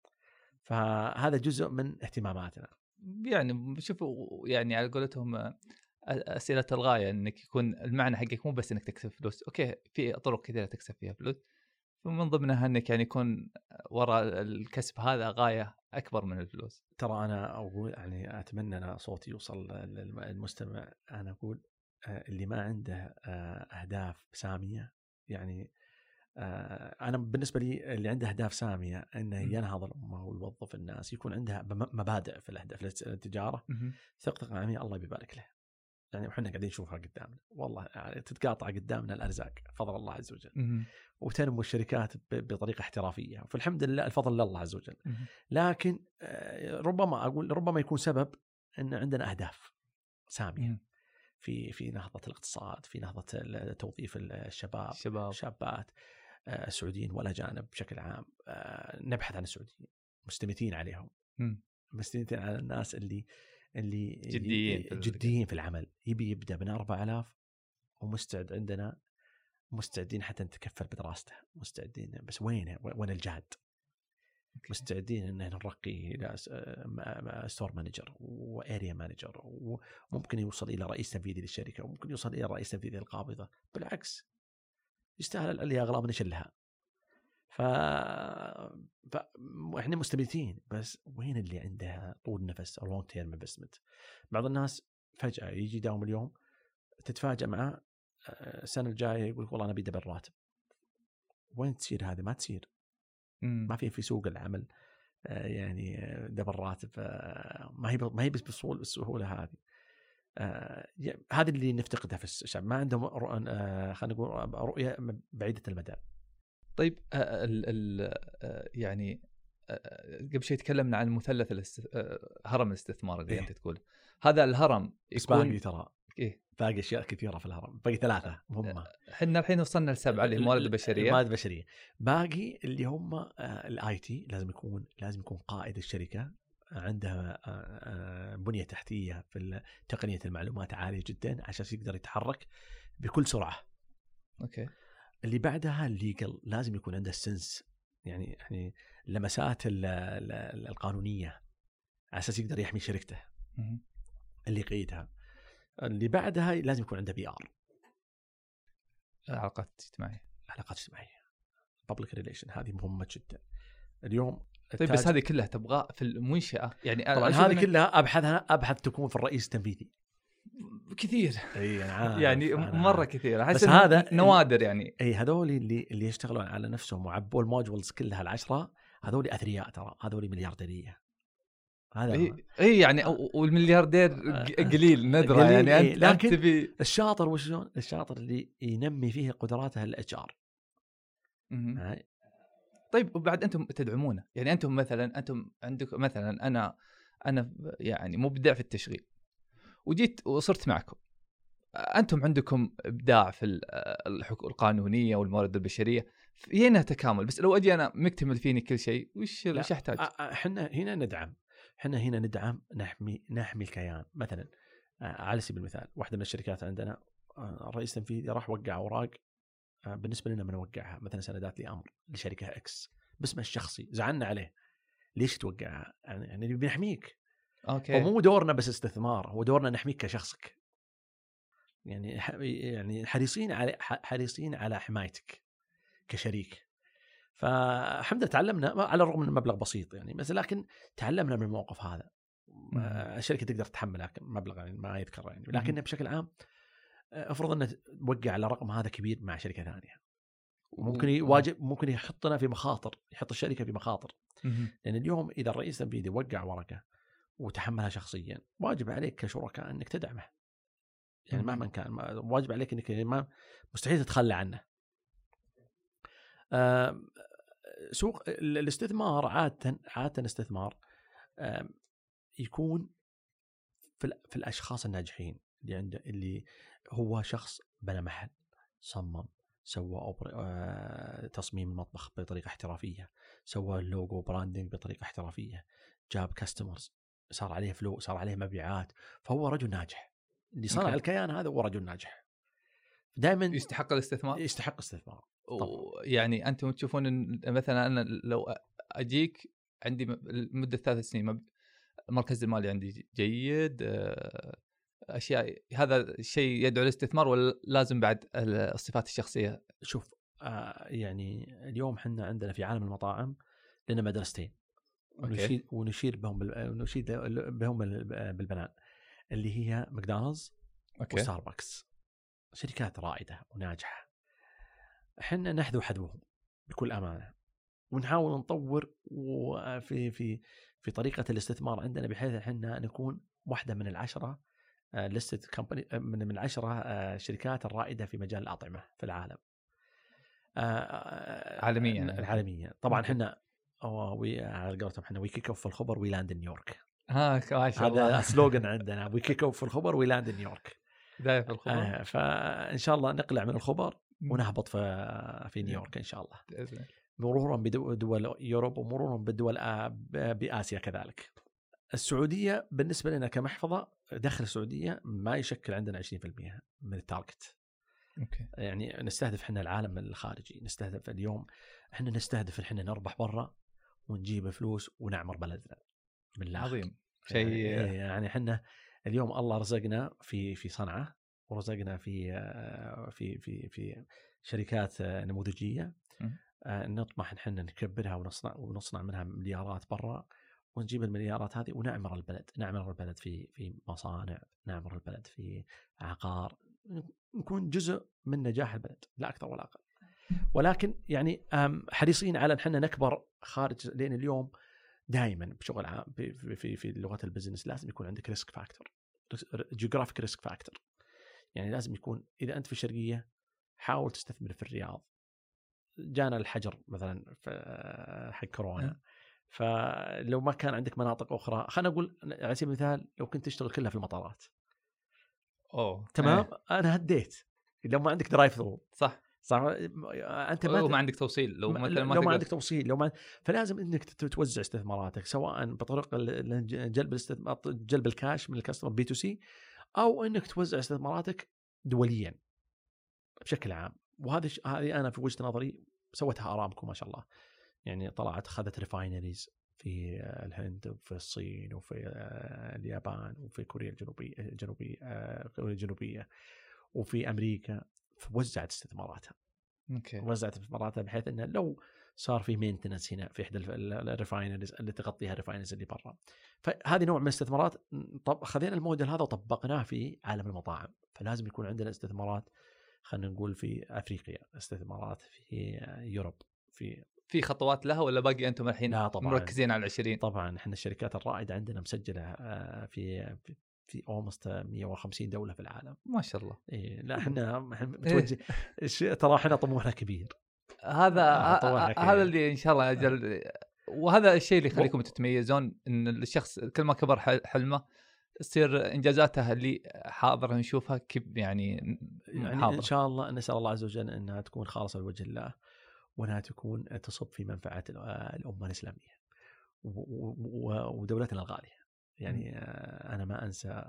فهذا جزء من اهتماماتنا. يعني شوفوا، يعني على قولتهم أسئلة الغاية، إنك يكون المعنى حقك مو بس إنك تكسب فلوس، أوكي في طرق كثيرة تكسب فيها فلوس، ومن ضمنها إنك يعني يكون وراء الكسب هذا غاية أكبر من الفلوس. ترى أنا أقول يعني أتمنى أن صوتي يوصل للمستمع، أنا أقول اللي ما عنده أهداف سامية، يعني أنا بالنسبة لي اللي عنده أهداف سامية أنه ينهض الأمة ويوظف الناس، يكون عندها مبادئ في الأهداف في التجارة، ثقة عامية، الله بيبارك له. يعني وحنا قاعدين نشوفها قدامنا والله، يعني تتقاطع قدامنا الأرزاق فضل الله عز وجل، وتنمو الشركات بطريقة احترافية، فالحمد لله الفضل لله عز وجل. لكن ربما أقول ربما يكون سبب أن عندنا أهداف سامية في في نهضة الاقتصاد، في نهضة توظيف الشباب الشباب الشابات السعوديين والأجانب بشكل عام. نبحث عن السعوديين، مستمتين عليهم، مستمتين على الناس اللي اللي جديين في, جديين في العمل، يبي يبدأ من أربعة آلاف ومستعد، عندنا مستعدين حتى نتكفل بدراسته، مستعدين، بس وين وين الجهد؟ مستعدين ان نرقي الى ستور مانجر واريا مانجر، وممكن يوصل الى رئيس تنفيذي للشركه، وممكن يوصل الى رئيس تنفيذي القابضه، بالعكس يستاهل اللي اغلى من نشلها. ف... ف احنا مستميتين، بس وين اللي عنده طول نفس او لونج تيرم انفستمنت؟ بعض الناس فجاه يجي يداوم اليوم، تتفاجأ معه السنه الجايه يقول والله انا بدي بالراتب. وين تصير هذه؟ ما تصير، ما في في سوق العمل يعني دبل راتب، ما هي ما هي بس بالسهوله هذه. هذا اللي نفتقده في الشعب، ما عندهم خلينا نقول رؤيه بعيده المدى. طيب ال ال يعني قبل شوي تكلمنا عن مثلث الاست... هرم الاستثمار اللي إيه؟ انت تقول هذا الهرم يكون باقي ترى إيه؟ باقي اشياء كثيره في الهرم، باقي ثلاثه هم. احنا الحين وصلنا لسبعه اللي موارد بشريه، موارد بشريه باقي اللي هم الاي تي. لازم يكون لازم يكون قائد الشركه عندها بنيه تحتيه في تقنيه المعلومات عاليه جدا عشان يقدر يتحرك بكل سرعه. اوكي. اللي بعدها الليجل، لازم يكون عنده السنس، يعني يعني اللمسات القانونيه على اساس يقدر يحمي شركته اللي يقيدها. اللي بعدها لازم يكون عنده بي ار، علاقات اجتماعيه علاقات اجتماعيه public relation، هذه مهمه جدا اليوم. طيب بس هذه كلها تبغى في المنشاه، يعني طبعا هذه كلها ابحثها ابحث تكون في الرئيس التنفيذي كثير. اي انا يعني مره كثير، بس هذا نوادر يعني. اي هذول اللي اللي يشتغلون على نفسهم وعبوا الموجولز كلها العشره، هذول اثرياء ترى، هذول مليارديريه. هذا اي إيه يعني والملياردير قليل ندرة يعني. إيه انت لكن تبي الشاطر وشلون الشاطر اللي ينمي فيه قدراته الاتش ار. طيب وبعد انتم تدعمونه، يعني انتم مثلا انتم عندكم مثلا انا انا يعني مبدع في التشغيل وجيت وصرت معكم، انتم عندكم ابداع في الحقوق القانونيه والموارد البشريه، هنا تكامل. بس لو اجي انا مكتمل فيني كل شيء وش وش احتاج؟ احنا هنا ندعم، احنا هنا ندعم، نحمي نحمي الكيان. مثلا على سبيل المثال واحده من الشركات عندنا الرئيس التنفيذي راح وقع اوراق بالنسبه لنا ما نوقعها، مثلا سندات لامر لشركه اكس باسمه الشخصي، زعلنا عليه. ليش توقعها؟ يعني بنحميك. اوكي. هو مو دورنا بس استثمار، هو دورنا نحميك كشخصك. يعني يعني حريصين على حريصين على حمايتك كشريك. فالحمد لله تعلمنا على الرغم من المبلغ بسيط يعني، بس لكن تعلمنا من الموقف هذا. الشركه تقدر تتحمل مبلغ يعني ما يذكر يعني، لكن بشكل عام افرض انه توقع على رقم هذا كبير مع شركه ثانيه، ممكن يواجه ممكن يحطنا في مخاطر، يحط الشركه في مخاطر. لان اليوم اذا الرئيس التنفيذي وقع ورقه وتحملها شخصيا، واجب عليك كشركاء انك تدعمه. يعني مهما كان واجب عليك انك ما مستحيل تتخلى عنه. سوق الاستثمار عاده عاده الاستثمار يكون في في الاشخاص الناجحين اللي عنده، اللي هو شخص بنى محل، صمم، سوى تصميم المطبخ بطريقه احترافيه، سوى اللوجو براندنج بطريقه احترافيه، جاب كاستمرز، صار عليه فلوس، صار عليه مبيعات، فهو رجل ناجح. اللي صنع الكيان هذا هو رجل ناجح، دائما يستحق الاستثمار. يستحق الاستثمار. يعني انتم تشوفون مثلا انا لو اجيك عندي مده ثلاث سنين المركز المالي عندي جيد، اشياء، هذا الشيء يدعو للاستثمار ولا لازم بعد الصفات الشخصيه؟ شوف آه يعني اليوم احنا عندنا في عالم المطاعم لنا مدرستين ونشير ونشير بهم ونشير بهم بالبنان، اللي هي ماكدونالدز وستاربكس، شركات رائده وناجحه. احنا نحذو حذوهم بكل امانه، ونحاول نطور وفي في في طريقه الاستثمار عندنا بحيث احنا نكون واحده من العشره ليستد كمباني، من من العشره شركات الرائده في مجال الاطعمه في العالم عالميا. عالميا طبعا. احنا على قولتهم احنا وي كيك اوف في الخبر وي لاند نيويورك. ها ما شاء الله، هذا سلوغن عندنا، وي كيك اوف في الخبر وي لاند نيويورك. بدايه في الخبر. آه فان شاء الله نقلع من الخبر ونهبط في في نيويورك ان شاء الله، مرورا بدول يوروب ومرورا بالدول بآسيا كذلك. السعودية بالنسبة لنا كمحفظة، دخل السعودية ما يشكل عندنا عشرين بالمئة من التارجت. أوكي. يعني نستهدف احنا العالم الخارجي، نستهدف اليوم احنا نستهدف احنا نربح برا ونجيب فلوس ونعمر بلدنا بالله. عظيم شيء. يعني, يعني احنا اليوم الله رزقنا في في صنعاء، ورزقنا في في في في شركات نموذجية. نطمح احنا نكبرها ونصنع ونصنع منها مليارات برا، ونجيب المليارات هذه ونعمر البلد، نعمر البلد في في مصانع، نعمر البلد في عقار، نكون جزء من نجاح البلد لا أكثر ولا أقل. ولكن يعني حريصين على أن احنا نكبر خارج، لأن اليوم دائما بشغل عام في في في لغة البزنس لازم يكون عندك ريسك فاكتور، جيوغرافيك ريسك فاكتور. يعني لازم يكون إذا أنت في الشرقية حاول تستثمر في الرياض، جانا الحجر مثلا في حق كورونا، فلو ما كان عندك مناطق أخرى، خلنا نقول على سبيل المثال لو كنت تشتغل كلها في المطارات، أوه تمام اه. أنا هديت. لو ما عندك درايف ثرو، صح صح، أنت ما لو ما عندك توصيل، لو ما مثلا ما لو ما عندك توصيل، لو ما فلازم إنك توزع استثماراتك سواء بطرق جلب الاستثمار، جلب الكاش من الكاستمر بي تو سي، أو إنك توزع استثماراتك دوليا بشكل عام. وهذا هذه أنا في وجهة نظري سوتها أرامكو ما شاء الله، يعني طلعت أخذت ريفاينريز في الهند وفي الصين وفي اليابان وفي كوريا الجنوبية الجنوبية كوريا الجنوبية وفي أمريكا، فوزعت استثماراتها. أوكي. وزعت استثماراتها بحيث أنه لو صار في مينتنس هنا في إحدى الريفاينريز اللي تغطيها الريفاينريز اللي برا، فهذه نوع من الاستثمارات. طب خذينا الموديل هذا وطبقناه في عالم المطاعم، فلازم يكون عندنا استثمارات، خلينا نقول في أفريقيا، استثمارات في يوروب، في في خطوات لها ولا باقي أنتم الحين مركزين على العشرين؟ طبعا احنا الشركات الرائدة عندنا مسجلة في في في almost مية وخمسين دولة في العالم ما شاء الله. إيه لا احنا متوجه ترى احنا طموحنا كبير، هذا هذا اللي ان شاء الله اجل، وهذا الشيء اللي يخليكم تتميزون، ان الشخص كل ما كبر حلمه تصير انجازاته اللي حاضر نشوفها كيف يعني, يعني ان شاء الله نسال الله عز وجل انها تكون خالصه لوجه الله، وانها تكون تصب في منفعه الامه الاسلاميه ودولتنا الغاليه. يعني انا ما انسى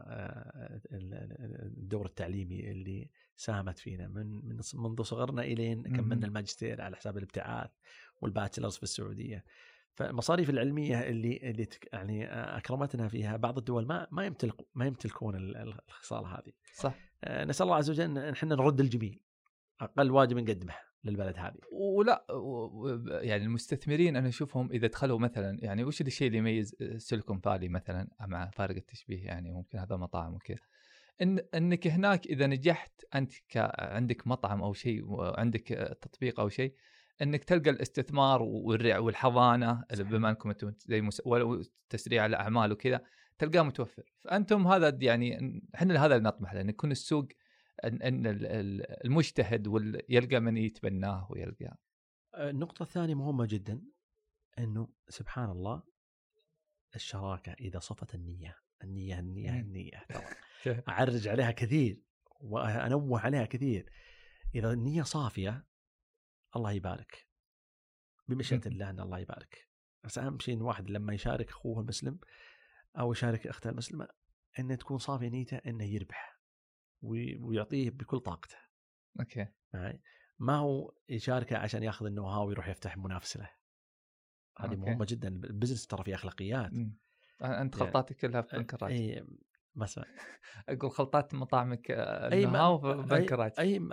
الدور التعليمي اللي ساهمت فينا من من منذ صغرنا الين كملنا الماجستير على حساب الابتعاث والباتشلرز في السعوديه. فالمصاريف العلميه اللي اللي يعني اكرمتنا فيها بعض الدول ما ما يمتلك ما يمتلكون الخصال هذه. صح. نسال الله عز وجل ان احنا نرد الجميل، اقل واجب نقدمه للبلد هذه. ولا يعني المستثمرين انا اشوفهم اذا دخلوا مثلا، يعني وش الشيء اللي يميز سيليكون فالي مثلا مع فارق التشبيه، يعني ممكن هذا مطاعم وكذا، ان انك هناك اذا نجحت انت عندك مطعم او شيء وعندك تطبيق او شيء، انك تلقى الاستثمار والحضانه بما انكم انتم زي مس... تسريع الاعمال وكذا تلقاه متوفر. فانتم هذا يعني احنا هذا اللي نطمح له، ان يكون السوق ان ان المجتهد ويلقى من يتبناه ويلقى. النقطه الثانيه مهمه جدا، انه سبحان الله الشراكه اذا صفت النيه النيه النيه النيه ترى اعرج عليها كثير وانوه عليها كثير. اذا النيه صافيه الله يبارك بمشيئة الله، ان الله يبارك. بس اهم شيء ان واحد لما يشارك اخوه المسلم او يشارك اخته المسلمه انه تكون صافيه نيته انه يربح ويعطيه بكل طاقته. اوكي معي؟ ما هو يشاركه عشان ياخذ النو هاو ويروح يفتح منافسه له. هذه مهمه جدا. البزنس ترى فيه اخلاقيات. م. انت خلطاتك كلها في بنكراج. اي مثلا اقول خلطات مطاعمك النو هاو في بنكراج. اي, أي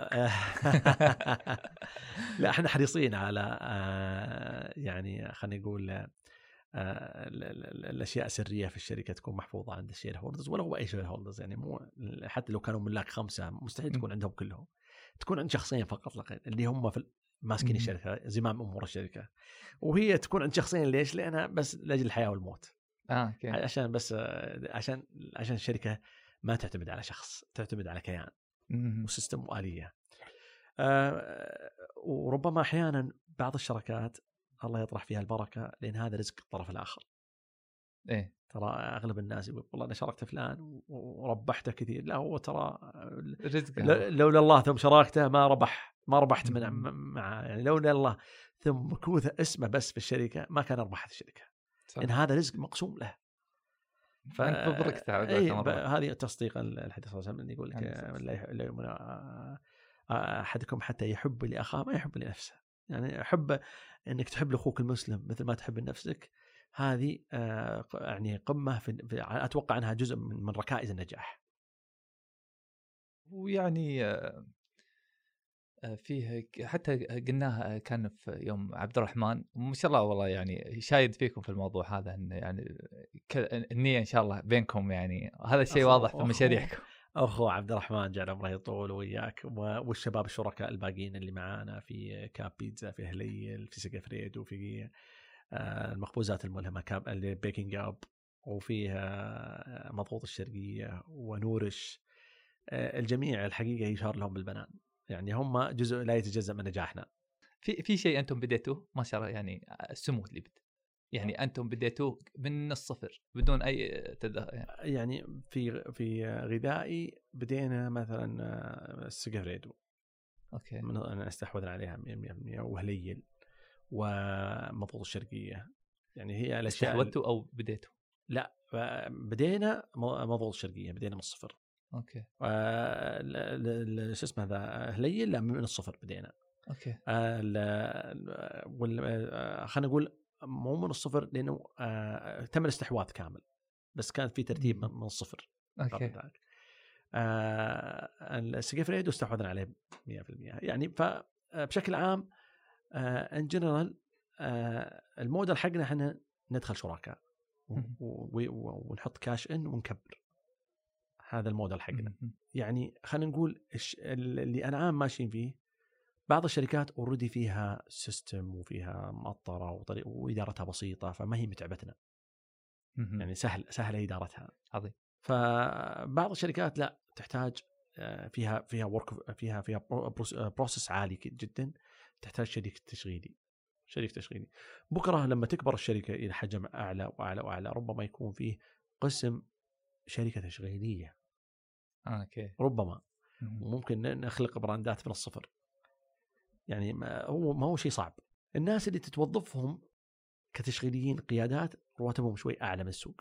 لا احنا حريصين على يعني خلينا نقول الاشياء السريه في الشركه تكون محفوظه عند الشير هولدرز، ولا هو اي شير هولدرز. يعني مو حتى لو كانوا ملاك خمسه مستحيل تكون عندهم كلهم، تكون عند شخصين فقط لقيت اللي هم في ماسكين الشركه زمام امور الشركه، وهي تكون عند شخصين. ليش؟ لانها بس لاجل الحياه والموت. اه اوكي. عشان بس عشان عشان الشركه ما تعتمد على شخص، تعتمد على كيان وسيستم واليه. آه وربما احيانا بعض الشركات الله يطرح فيها البركه لان هذا رزق الطرف الاخر. ايه ترى اغلب الناس يقول والله انا شاركت فلان وربحته كثير. لا هو ترى رزق، لولا الله ثم شراكته ما ربح ما ربحت من مع يعني لولا الله ثم مكوث اسمه بس في الشركه ما كان ربحت الشركه. لان هذا رزق مقسوم له. فانت ببركت هذه تصديق الحديث صلى الله عليه وسلم يقول لك لا يؤمن احدكم حتى يحب لاخاه ما يحب لنفسه. يعني حب انك تحب لاخوك المسلم مثل ما تحب لنفسك، هذه يعني قمه في اتوقع انها جزء من ركائز النجاح. ويعني فيه حتى قلناها كان في يوم عبد الرحمن ما شاء الله والله يعني شايد فيكم في الموضوع هذا، ان يعني النية ان شاء الله بينكم، يعني هذا الشيء واضح في مشاريعكم. اخو عبد الرحمن جعل عمره يطول وياك والشباب الشركاء الباقيين اللي معانا في كاب بيتزا، في هليل، في سيجفريد، وفي المخبوزات الملهمه كاب البيكنج اب، وفيه مضغوط الشرقيه ونورش. الجميع الحقيقه يشار لهم بالبنان، يعني هم جزء لا يتجزأ من نجاحنا. في في شيء انتم بديتوه ما شاء الله، يعني السمو اللي بد يعني انتم بديتوه من الصفر بدون اي تده يعني. يعني في في غذائي بدينا مثلا السجفريدو، اوكي من انا استحوذنا عليها مية بالمية، وهليل ومضغوط الشرقيه. يعني هي الاشياء استحوذتوا او بديتوا؟ لا بدينا مضغوط الشرقيه بدينا من الصفر. اوكي آه شو اسمه هذا هليل لا من الصفر بدينا. اوكي آه خلينا نقول مو من الصفر لانه آه تم الاستحواذ كامل، بس كان في ترتيب من الصفر. اوكي آه السجفريدو استحوذنا عليه مية بالمية. يعني فبشكل عام آه ان جنرال آه الموديل حقنا احنا ندخل شركاء ونحط كاش ان ونكبر. هذا الموديل حقنا. يعني خلينا نقول اللي انا عام ماشيين فيه. بعض الشركات اوريدي فيها سيستم وفيها مطره وطريق وادارتها بسيطه فما هي متعبتنا، يعني سهل سهله ادارتها. عظيم. فبعض الشركات لا تحتاج فيها فيها ورك فيها فيها بروسيس عالي جدا، تحتاج شريك تشغيلي شريك تشغيلي بكرة لما تكبر الشركة إلى حجم أعلى وأعلى وأعلى ربما يكون فيه قسم شركة تشغيلية. آه، أوكي. ربما ممكن نخلق براندات من الصفر. يعني ما هو ما هو شيء صعب. الناس اللي تتوظفهم كتشغيليين قيادات رواتبهم شوي أعلى من السوق،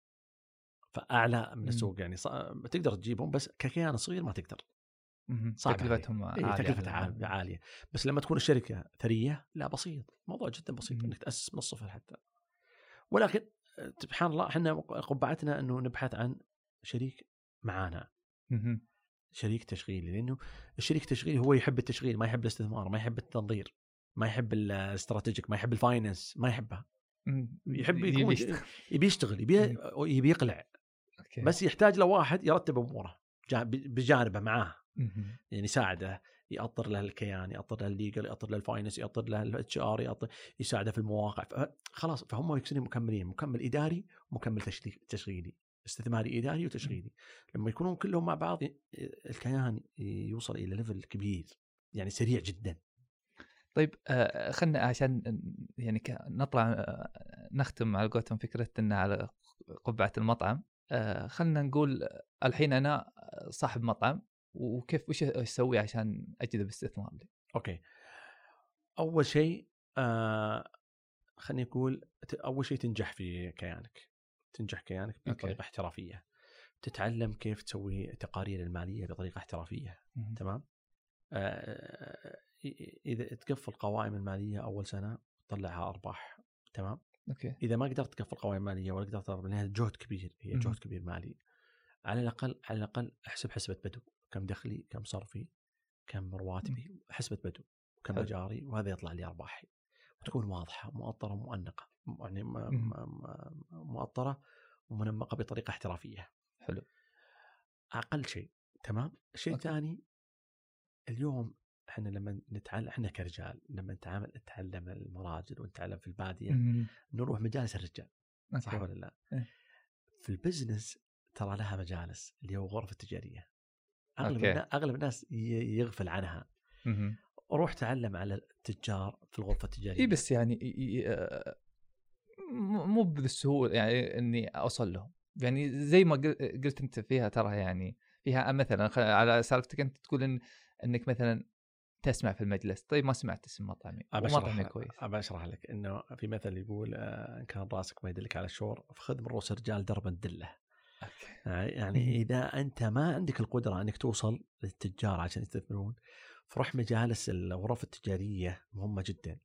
فأعلى من السوق يعني تقدر تجيبهم، بس ككيان صغير ما تقدر. صعب. تكلفتهم عالية. عالية. تكلفتها عالية. عالية. بس لما تكون الشركة ثرية لا بسيط، موضوع جدا بسيط مم. انك تأسس من الصفر حتى. ولكن سبحان الله احنا قبعتنا انه نبحث عن شريك معانا، مم. شريك تشغيلي، لانه الشريك التشغيلي هو يحب التشغيل، ما يحب الاستثمار، ما يحب التنظير، ما يحب الاستراتيجيك، ما يحب الفاينانس، ما يحبها. يحب يكون يبي يشتغل، يبي يبي يقلع. أوكي. بس يحتاج له واحد يرتب اموره بجانبه معاه، يعني يساعده، يأطر له الكيان، يأطر له الليجل، يأطر له الفاينانس، يأطر له الاتش ار، يأطر يساعده في المواقع. خلاص فهم يكونوا مكملين، مكمل اداري ومكمل تشغيلي، استثماري اداري وتشغيلي. لما يكونون كلهم مع بعض الكيان يوصل الى ليفل كبير، يعني سريع جدا. طيب آه خلنا عشان يعني نطلع آه نختم على قولتهم فكرة إن على قبعة المطعم. آه خلنا نقول الحين أنا صاحب مطعم، وكيف وش أسوي عشان أجذب استثمار لي؟ أوكي. أول شيء آه خلني أقول أول شيء تنجح في كيانك، تنجح كيانك بطريقة أوكي. احترافية. تتعلم كيف تسوي تقارير المالية بطريقة احترافية. م- تمام. آه إذا تقفل قوائم المالية أول سنة تطلعها أرباح. تمام. أوكي. إذا ما قدرت تقفل قوائم مالية ولا قدرت تضرب لها جهد كبير، هي جهد م- كبير مالي، على الأقل على الأقل أحسب حسبة بدو، كم دخلي، كم صرفي، كم رواتبي، حسبة بدو، كم أجاري، وهذا يطلع لي أرباحي. وتكون واضحة مؤطرة مؤنقة، يعني مؤطرة ومنمقة بطريقة احترافية. حلو. أقل شيء. تمام. الشيء الثاني، اليوم احنا لما نتعلم، احنا كرجال لما نتعامل نتعلم المراجل ونتعلم في البادية م- نروح مجالس الرجال. أوكي. صح ولا لا؟ اه. في البزنس ترى لها مجالس اللي هو غرفة التجارية. أغلب الناس أغلب الناس يغفل عنها. م- روح تعلم على التجار في الغرفة التجارية. إيه بس يعني مو بالسهولة يعني إني أوصل لهم، يعني زي ما قلت أنت فيها ترى يعني فيها مثلا على سالفتك أنت تقول إن إنك مثلا تسمع في المجلس. طيب ما سمعت اسم مطعمي ومطعمي كويس. أبى أشرح لك إنه في مثل يقول إن كان راسك ما يدلك على الشور فخذ من رؤوس الرجال دربا دله. يعني إذا أنت ما عندك القدرة أنك توصل للتجار عشان يستثمرون، فروح مجالس الغرف التجارية مهمة جدا.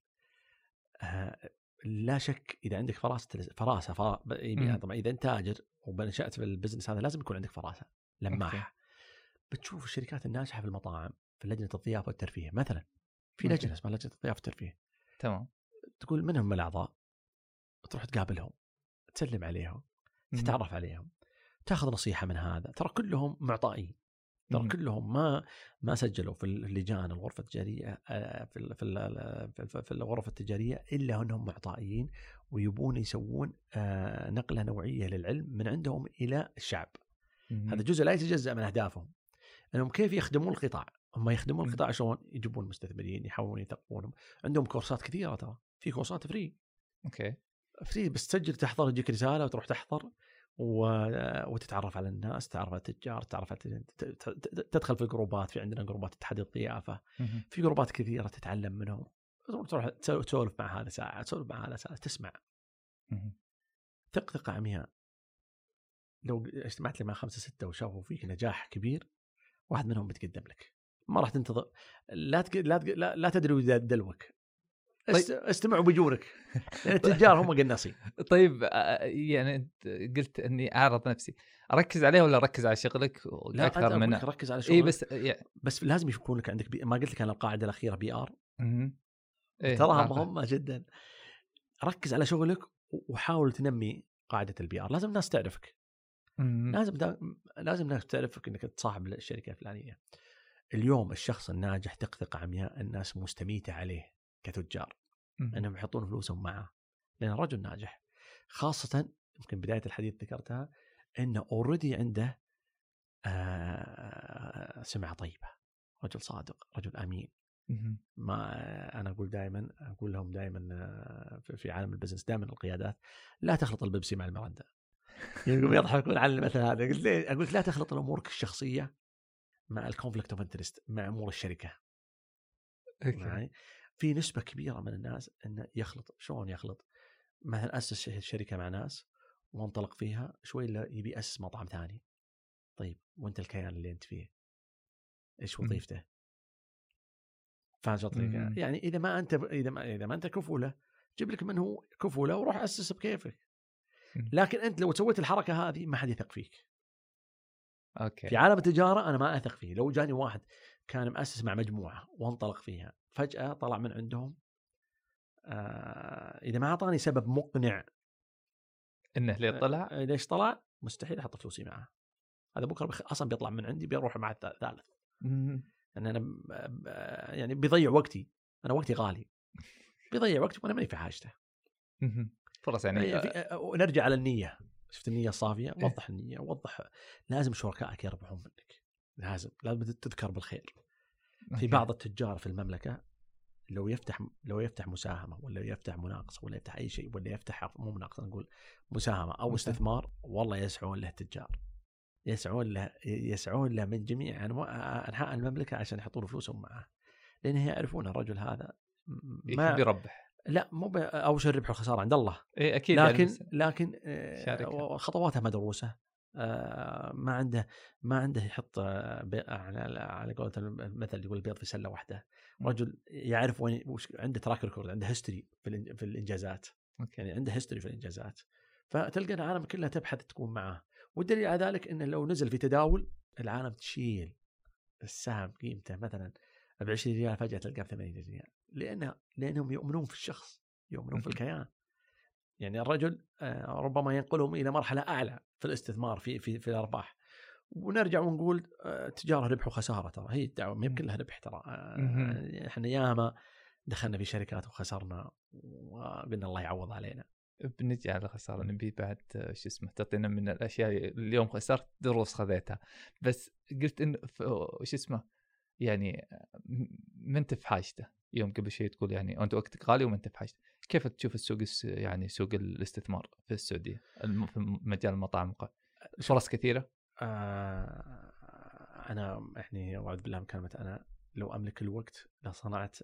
لا شك إذا عندك فراسة فراسة طبعا إذا أنت تاجر وبنشأت في البزنس هذا لازم يكون عندك فراسة لماح. بتشوف الشركات الناجحة في المطاعم في لجنة الضيافة والترفيه مثلا، في لجنة اسمها لجنة الضيافة والترفيه. تمام. تقول من هم الأعضاء، تروح تقابلهم، تسلم عليهم، تتعرف عليهم، تاخذ نصيحة من هذا. ترى كلهم معطائين، ترى كلهم ما ما سجلوا في اللجان الغرفة التجارية في في في الغرفة التجارية إلا أنهم معطائين ويبون يسوون نقلة نوعية للعلم من عندهم إلى الشعب. هذا جزء لا يتجزأ من أهدافهم، أنهم كيف يخدمون القطاع. هم يخدمون القطاع شلون؟ يجيبون المستثمرين، يحاولون يثقفونهم. عندهم كورسات كثيرة، ترى في كورسات فري. أوكي. فري بس تسجل تحضر، يجيك رسالة وتروح تحضر وتتعرف على الناس، تعرف على التجار، تعرف على تدخل في الجروبات. في عندنا جروبات اتحاد الضيافة، في جروبات كثيرة تتعلم منهم. تروح تسولف مع هذا ساعة، تسولف مع هذا ساعة، تسمع. ثق ثقة عمياء. لو اجتمعت لي مع خمسة ستة وشافوا فيك نجاح كبير، واحد منهم بتقدم لك، ما راح تنتظر. لا تك... لا, تك... لا لا تدري إذا دلوك. است... استمعوا بجورك، لأن التجار هم قناصين. طيب يعني أنت قلت إني أعرض نفسي، أركز عليه ولا أركز على شغلك أكثر من ركز على شغلك؟ إيه بس يعني... بس لازم يكون لك عندك بي... ما قلت لك أنا القاعدة الأخيرة بي آر. إيه تراها مهمة جدا. ركز على شغلك وحاول تنمي قاعدة البي آر. لازم الناس تعرفك. مم. لازم دا... لازم الناس تعرفك إنك تصاحب الشركة الفلانية. اليوم الشخص الناجح تقثق عمياء الناس مستميتة عليه كتجار، مم. أنهم يحطون فلوسهم معه، لأنه رجل ناجح. خاصة يمكن بداية الحديث ذكرتها إنه أوريدي عنده آه سمعة طيبة، رجل صادق، رجل أمين، ما انا اقول دائما اقول لهم دائما في عالم البزنس دائما القيادات لا تخلط البيبسي مع الميرندا. يقوم يضحكون على المثل هذا. قلت ليه؟ اقول لا تخلط امورك الشخصيه مع الكونفليكت اوف انترست مع امور الشركه. معي في نسبه كبيره من الناس انه يخلط. شلون يخلط؟ مثلا اسس شركه مع ناس وانطلق فيها شوي الا يبي اسس مطعم ثاني. طيب وانت الكيان اللي انت فيه ايش وظيفته؟ فاهم طريقه؟ يعني اذا ما انت اذا ما اذا ما انت كفوله جيب لك من هو كفوله وروح اسس بكيفك. لكن انت لو سويت الحركه هذه ما حد يثق فيك. اوكي. في عالم التجاره انا ما اثق فيه. لو جاني واحد كان مؤسس مع مجموعه وانطلق فيها فجاه طلع من عندهم آه اذا ما اعطاني سبب مقنع انه ليه طلع آه ليش طلع مستحيل احط فلوسي معه. هذا بكره بخ... اصلا بيطلع من عندي بيروح مع الثالث. يعني انا ب... ب... يعني بيضيع وقتي. انا وقتي غالي بيضيع وقتي وانا ماني في حاجته. فرص يعني في... ونرجع على النيه. شفت النية الصافية؟ وضح النية. وضح لازم شركائك يربحون منك. لازم لازم تذكر بالخير. في بعض التجار في المملكة لو يفتح لو يفتح مساهمة ولا يفتح مناقصة ولا يفتح أي شيء ولا يفتح مو مناقصة نقول مساهمة أو استثمار والله يسعون له التجار. يسعون له يسعون له من جميع أنحاء المملكة عشان يحطون فلوسهم معه. لأن يعرفون الرجل هذا ما بيربح. لا مو أو شر ربح والخسارة عند الله. إيه أكيد. لكن يعني لكن خطواته مدروسة. ما عنده ما عنده يحط على على قولة المثل يقول البيض في سلة واحدة. رجل يعرف وين عنده تراك ريكورد. عنده هيستوري في في الإنجازات. يعني عنده هيستوري في الإنجازات. فتلقى العالم كلها تبحث تكون معه. والدليل على ذلك إنه لو نزل في تداول العالم تشيل السهم قيمته مثلا بعشرين ريال فجأة تلقاه بثمانين ريال. لأنه لأنهم يؤمنون في الشخص يؤمنون في الكيان. يعني الرجل ربما ينقلهم إلى مرحلة أعلى في الاستثمار في في في الأرباح. ونرجع ونقول تجارة ربح وخسارة. ترى هي الدعوة ما يمكن لها ربح. ترى إحنا ياما دخلنا في شركات وخسرنا وقلنا الله يعوض علينا. بنجي على خسارة نبي بعد شو اسمه تعطينا من الأشياء اليوم خسرت دروس خذيتها. بس قلت إنه شو اسمه يعني من انت في حاجته. يوم قبل شيء تقول يعني أنت وقتك غالي وما انت في حاجته. كيف تشوف السوق يعني سوق الاستثمار في السعودية في مجال المطاعم؟ فرص كثيرة. آه أنا يعني أوعد بالله مكالمة أنا لو أملك الوقت لصنعت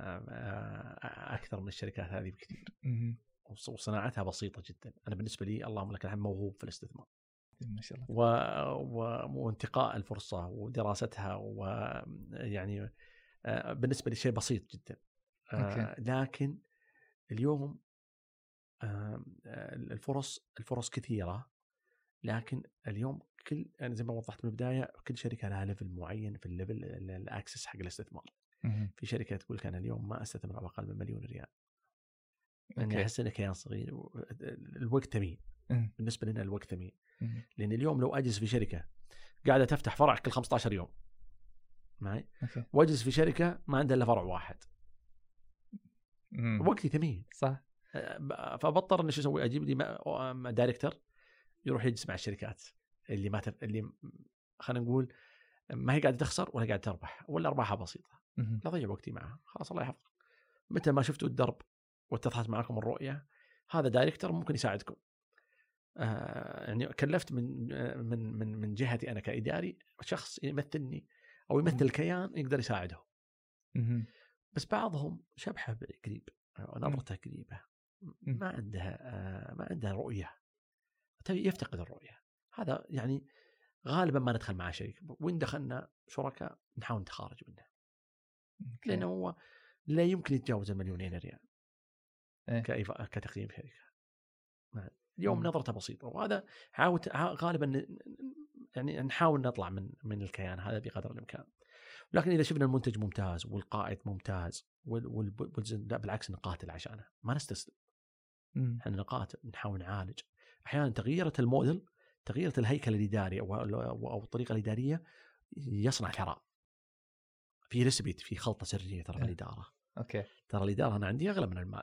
آه أكثر من الشركات هذه بكثير. وصناعتها بسيطة جدا. أنا بالنسبة لي اللهم لك الحمد موهوب في الاستثمار ما شاء الله. و... و... وانتقاء الفرصة ودراستها ويعني آه بالنسبة لي شيء بسيط جدا. آه لكن اليوم آه الفرص الفرص كثيرة. لكن اليوم كل أنا زي ما وضحت من البداية كل شركة لها ليفل معين في الليفل الأكسس حق الاستثمار. في شركة تقول لك أنا اليوم ما أستثمر على أقل من مليون ريال. أنا أحس إنه كيان صغير. الوقت ثمين بالنسبة لنا. الوقت ثمين لأن اليوم لو أجلس في شركة قاعدة تفتح فرع كل خمسة عشر يوم معي وأجلس في شركة ما عندها إلا فرع واحد مم. وقتي ثمين صح. فبضطر إني شو أسوي؟ أجيب لي دايركتر يروح يجلس مع الشركات اللي ما تف... اللي خلينا نقول ما هي قاعدة تخسر ولا قاعدة تربح ولا أرباحها بسيطة. لا ضيع وقتي معها. خلاص الله يحفظك. متى ما شفتوا الدرب واتضحت معكم الرؤية هذا دايركتر ممكن يساعدكم. آه يعني كلفت من من من من جهتي أنا كإداري شخص يمثلني أو يمثل الكيان يقدر يساعده. بس بعضهم شبحه قريب ونظرته قريبة ما عندها آه ما عندها رؤية يفتقد الرؤية. هذا يعني غالبا ما ندخل مع شريك. وين دخلنا شركاء نحاول نتخارج منه لأنه هو لا يمكن يتجاوز المليونين ريال إيه؟ كتقييم شركة. اليوم م. نظرته بسيطة. وهذا حاول غالبا يعني نحاول نطلع من من الكيان هذا بقدر الإمكان. لكن إذا شفنا المنتج ممتاز والقائد ممتاز والبزن لا بالعكس نقاتل عشانه ما نستسلم. احنا نقاتل نحاول نعالج. أحيانا تغييرة الموديل تغييرة الهيكل الإداري أو أو الطريقة الإدارية يصنع ثراء. في ريسبيت في خلطة سرية ترى في الإدارة. أوكي. ترى الإدارة أنا عندي أغلى من المال.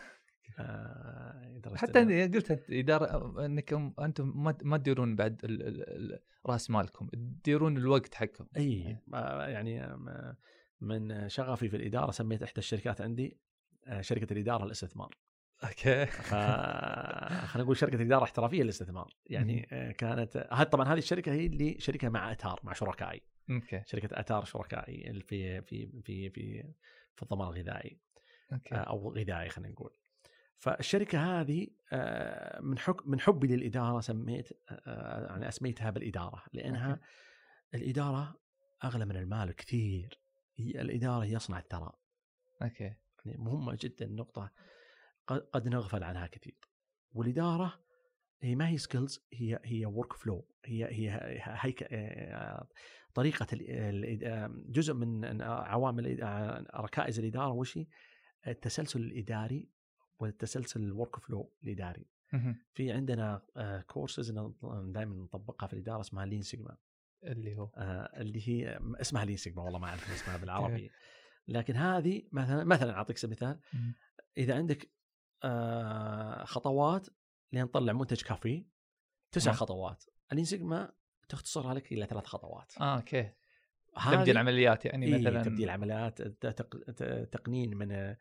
آه حتى قلت إدارة أنكم أنتم ما تديرون بعد رأس مالكم تديرون الوقت حقكم. أي يعني من شغفي في الاداره سميت احدى الشركات عندي شركه الاداره الاستثمار. اوكي. فخلينا نقول شركه الاداره احترافيه للاستثمار. يعني كانت هذه طبعا هذه الشركه هي اللي شركه مع اتار مع شركائي. اوكي. شركه اتار شركائي في في في في في الضمان الغذائي. اوكي. او غذائي خلينا نقول. فالشركه هذه من حب من حبي للاداره سميت يعني اسميتها بالاداره لانها أوكي. الاداره اغلى من المال كثير. هي الاداره يصنع الثراء. اوكي. يعني مهمه جدا نقطه قد نغفل عنها كثير. والاداره هي ما هي سكيلز هي هي ورك فلو هي هي هيك طريقه جزء من عوامل ركائز الاداره وشي التسلسل الاداري والتسلسل الورك فلو الاداري. في عندنا كورسز دائما نطبقها في الاداره اسمها لين سيجما اللي هو اللي هي اسمها لين سيجما والله ما اعرف اسمها بالعربي. لكن هذه مثلا مثلا اعطيك مثال. اذا عندك خطوات لين نطلع منتج كافي تسع م. خطوات اللين سيجما تختصرها لك الى ثلاث خطوات. اه اوكي. تبديل العمليات يعني إيه مثلا تبديل عمليات تقنين من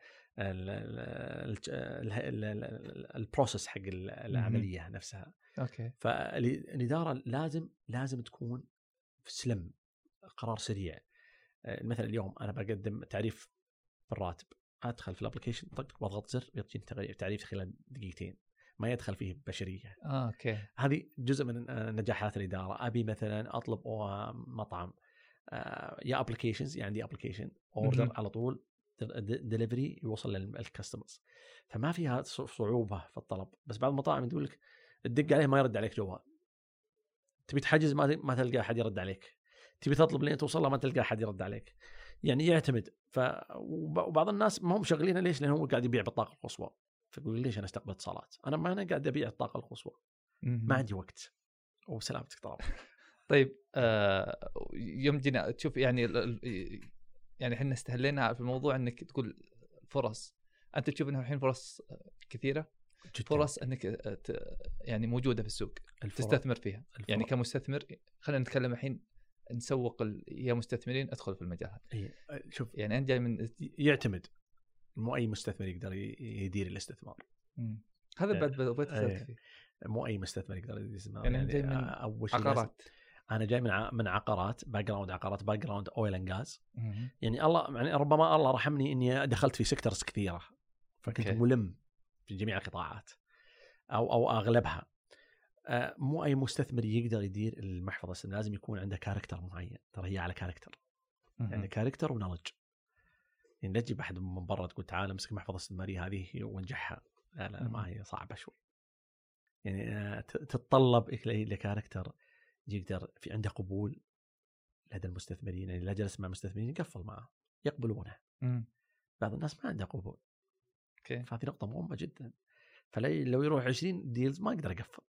البروسيس حق العمليه م. نفسها. اوكي. فالاداره لازم لازم تكون في سلم قرار سريع. مثلا اليوم انا بقدم تعريف بالراتب ادخل في الابلكيشن طق بضغط زر يعطيني تعريف خلال دقيقتين ما يدخل فيه بشريه. اه اوكي. هذه جزء من نجاحات الاداره. ابي مثلا اطلب مطعم آه يا ابلكيشنز يعني عندي ابلكيشن اوردر على طول ديليفري يوصل للكاستمرز. فما فيها صعوبه في الطلب. بس بعض المطاعم يقول لك تدق عليه ما يرد عليك جوال. تبي تحجز ما ما تلقى احد يرد عليك. تبي تطلب لين توصل له ما تلقى احد يرد عليك. يعني يعتمد. ف وبعض الناس ما هم شغالين ليش؟ لانه هو قاعد يبيع بالطاقه القصوى. فيقول ليش انا استقبل اتصالات؟ انا ما انا قاعد ابيع الطاقه القصوى ما عندي وقت. وسلامتك طبعا. طيب آه يوم جينا تشوف يعني يعني احنا استهلينا في الموضوع انك تقول فرص. انت تشوف انه الحين فرص كثيره جداً. فرص انك يعني موجوده في السوق الفرص. تستثمر فيها الفرص. يعني كمستثمر خلينا نتكلم الحين نسوق يا مستثمرين ادخل في المجال هذا. شوف يعني انت جاي من يعتمد مو اي مستثمر يقدر يدير الاستثمار. مم. هذا بعد بغيت اسالك فيه. مو اي مستثمر يقدر يدير الاستثمار. يعني, يعني جاي من اول شيء عقارات. انا جاي من من عقارات باك جراوند عقارات باك جراوند اويل اند غاز. يعني الله يعني ربما الله رحمني اني دخلت في سيكتورز كثيره فكنت okay. ملم في جميع القطاعات او او اغلبها. آه مو اي مستثمر يقدر يدير المحفظه. لازم يكون عنده كاركتر معين. ترى هي على كاركتر يعني كاركتر ونولج. يعني لا تجيب احد من برا تقول تعال امسك محفظه استثماريه هذه وانجحها. لا لا ما هي صعبه شوي. يعني آه تتطلب الى كاركتر يقدر في عنده قبول لدى المستثمرين. يعني لا جلس مع مستثمرين يقفل معه يقبلونه. مم. بعض الناس ما عنده قبول. اوكي. فهذه نقطه مهمه جدا. فلو يروح عشرين ديلز ما يقدر يقفل.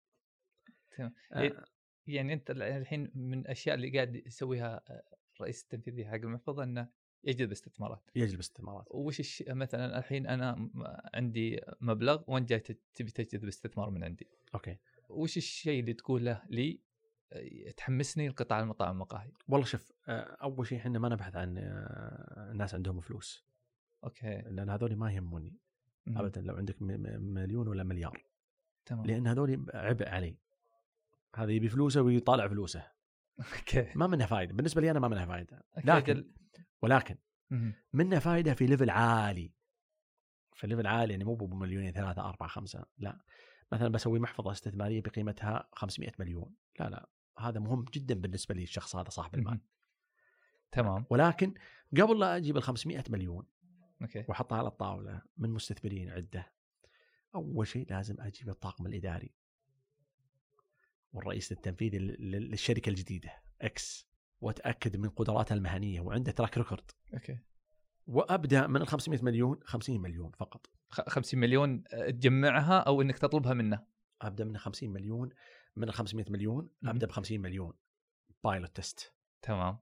آه. يعني انت الحين من الاشياء اللي قاعد يسويها الرئيس التنفيذي حق المحفظه انه يجذب استثمارات. يجذب استثمارات. وش الشيء مثلا الحين انا عندي مبلغ وانت جاي تبي تجذب استثمار من عندي. اوكي. وش الشيء اللي تقوله لي تحمسني لقطاع المطاعم والمقاهي؟ والله شوف اول شيء احنا ما نبحث عن الناس عندهم فلوس. اوكي. لان هذول ما يهموني م- ابدا لو عندك مليون ولا مليار. تمام. لان هذول عبء علي. هذا يبي فلوسه ويطالع فلوسه. اوكي. ما منها فائده بالنسبه لي. انا ما منها فائده. لكن ولكن منها فائده في ليفل عالي. في ليفل عالي يعني مو بمليونين ثلاثة أربعة خمسة. لا مثلا بسوي محفظه استثماريه بقيمتها خمسمائة مليون. لا لا هذا مهم جدا بالنسبه لي الشخص هذا صاحب المال. تمام. ولكن قبل لا اجيب ال خمسمائة مليون اوكي واحطها على الطاوله من مستثمرين عده. اول شيء لازم اجيب الطاقم الاداري والرئيس التنفيذي للشركه الجديده اكس واتاكد من قدراتها المهنيه وعنده تراك ريكورد. اوكي. وابدا من ال خمسمائة مليون خمسين مليون فقط. خمسين مليون تجمعها او انك تطلبها منه؟ ابدا من خمسين مليون. من ال خمسمائة مليون ابدا ب خمسين مليون بايلوت تيست. تمام.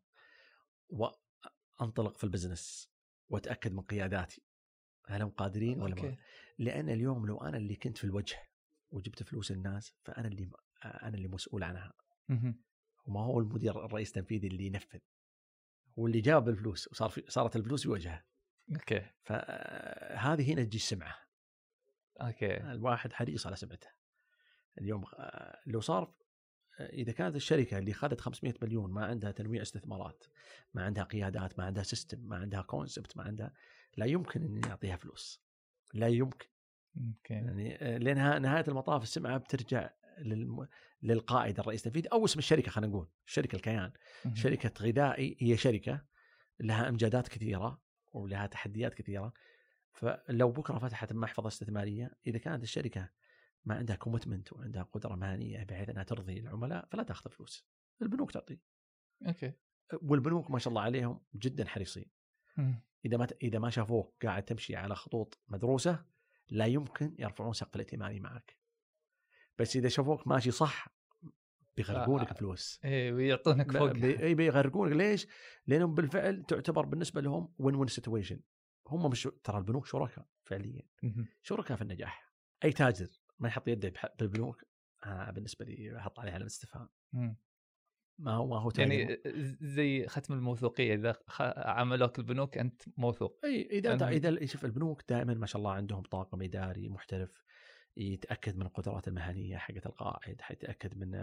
وانطلق في البزنس واتاكد من قياداتي هل هم قادرين ولا ما. لان اليوم لو انا اللي كنت في الوجه وجبت فلوس الناس فانا اللي انا اللي مسؤول عنها. وما هو المدير الرئيس التنفيذي اللي ينفذ. واللي جاب الفلوس وصار في صارت الفلوس بوجهه. اوكي. فهذه هنا تجي السمعه. اوكي. الواحد حريص على سمعته. اليوم لو صار اذا كانت الشركه اللي خدت خمسمائة مليون ما عندها تنويع استثمارات، ما عندها قيادات، ما عندها سيستم، ما عندها كونسبت، ما عندها، لا يمكن ان يعطيها فلوس، لا يمكن. اوكي. يعني لانها نهايه المطاف السمعه بترجع للم... للقائد الرئيس التنفيذي او اسم الشركه. خلينا نقول الشركه الكيان. مهم. شركه غذائي هي شركه لها امجادات كثيره ولها تحديات كثيره. فلو بكره فتحت محفظه استثماريه، اذا كانت الشركه ما عندها كوميتمنت وعندها قدره ماليه بحيث انها ترضي العملاء فلا تاخذ فلوس. البنوك تعطي. اوكي. والبنوك ما شاء الله عليهم جدا حريصين. مم. اذا ما اذا ما شافوك قاعد تمشي على خطوط مدروسه لا يمكن يرفعون سقف الائتماني معك. بس اذا شافوك ماشي صح بيغرقونك آه. فلوس. ايه ويعطونك فوق. اي بيغرقونك. ليش؟ لانهم بالفعل تعتبر بالنسبه لهم وين وين سيتويشن. هم مش ترى البنوك شركاء فعليا، شركاء في النجاح. اي تاجر ما يحط يده بالبنوك آه بالنسبه لي احط عليه علامه استفهام. ما هو ما هو يعني زي ختم الموثوقيه، اذا عملوك البنوك انت موثوق. اي اذا أنه... اذا شوف البنوك دائما ما شاء الله عندهم طاقم اداري محترف يتاكد من القدرات المهنيه حقت القائد، يتاكد من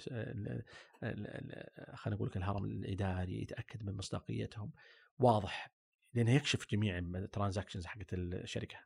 خلينا نقول لك الهرم الاداري، يتاكد من مصداقيتهم واضح لانه يكشف جميع الترانزاكشنز حقت الشركه.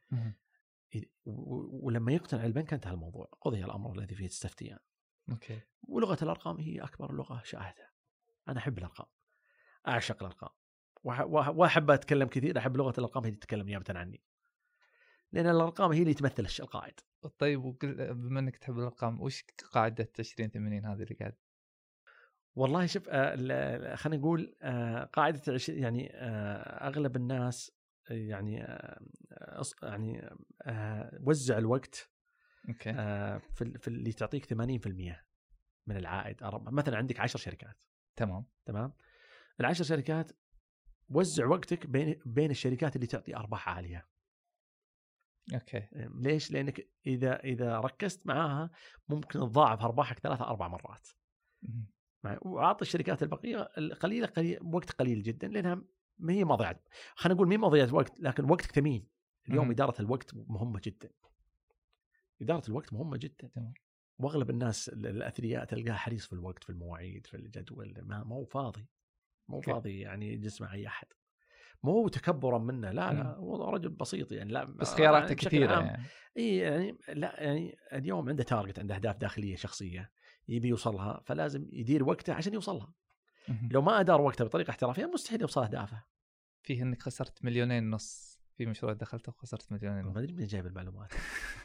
ولما يقتنع البنك انتهى الموضوع، قضي الامر الذي فيه تستفتيان. اوكي. ولغه الارقام هي اكبر لغه شاهدها. انا احب الارقام، اعشق الارقام، واحب اتكلم كثير. احب لغه الارقام هي اللي تتكلم نيابه عني، لان الارقام هي اللي تمثل القائد. طيب بما انك تحب الارقام، وش قاعده عشرين ثمانين هذه اللي قاعد؟ والله شوف آه خلينا نقول آه قاعده يعني آه اغلب الناس يعني آه يعني آه وزع الوقت اوكي آه في في اللي تعطيك ثمانين بالمئة من العائد. مثلا عندك عشر شركات، تمام تمام، العشر شركات وزع وقتك بين بين الشركات اللي تعطي ارباح عاليه. اوكي. ليش؟ لانك اذا اذا ركزت معاها ممكن تضاعف ارباحك ثلاثة اربع مرات. وعاطي الشركات البقيه القليله قليل وقت قليل جدا، لانها ما هي مضيعه. خلينا نقول مين مضيعه وقت، لكن وقتك ثمين. اليوم مم. اداره الوقت مهمه جدا. اداره الوقت مهمه جدا. تمام. واغلب الناس الاثرياء تلقاه حريص في الوقت، في المواعيد، في الجدول، ما مو فاضي مو فاضي يعني يجلس مع اي احد. مو تكبرا منه، لا لا، هو رجل بسيط يعني. لا بس خياراته كثيره يعني. اي يعني لا يعني اليوم عنده تارجت، عنده اهداف داخليه شخصيه يبي يوصلها، فلازم يدير وقته عشان يوصلها. لو ما ادار وقته بطريقه احترافيه مستحيل يوصل اهدافه. فيه انك خسرت مليونين ونص في مشروع دخلته وخسرت مليونين ونص. ما ادري من جايب المعلومات.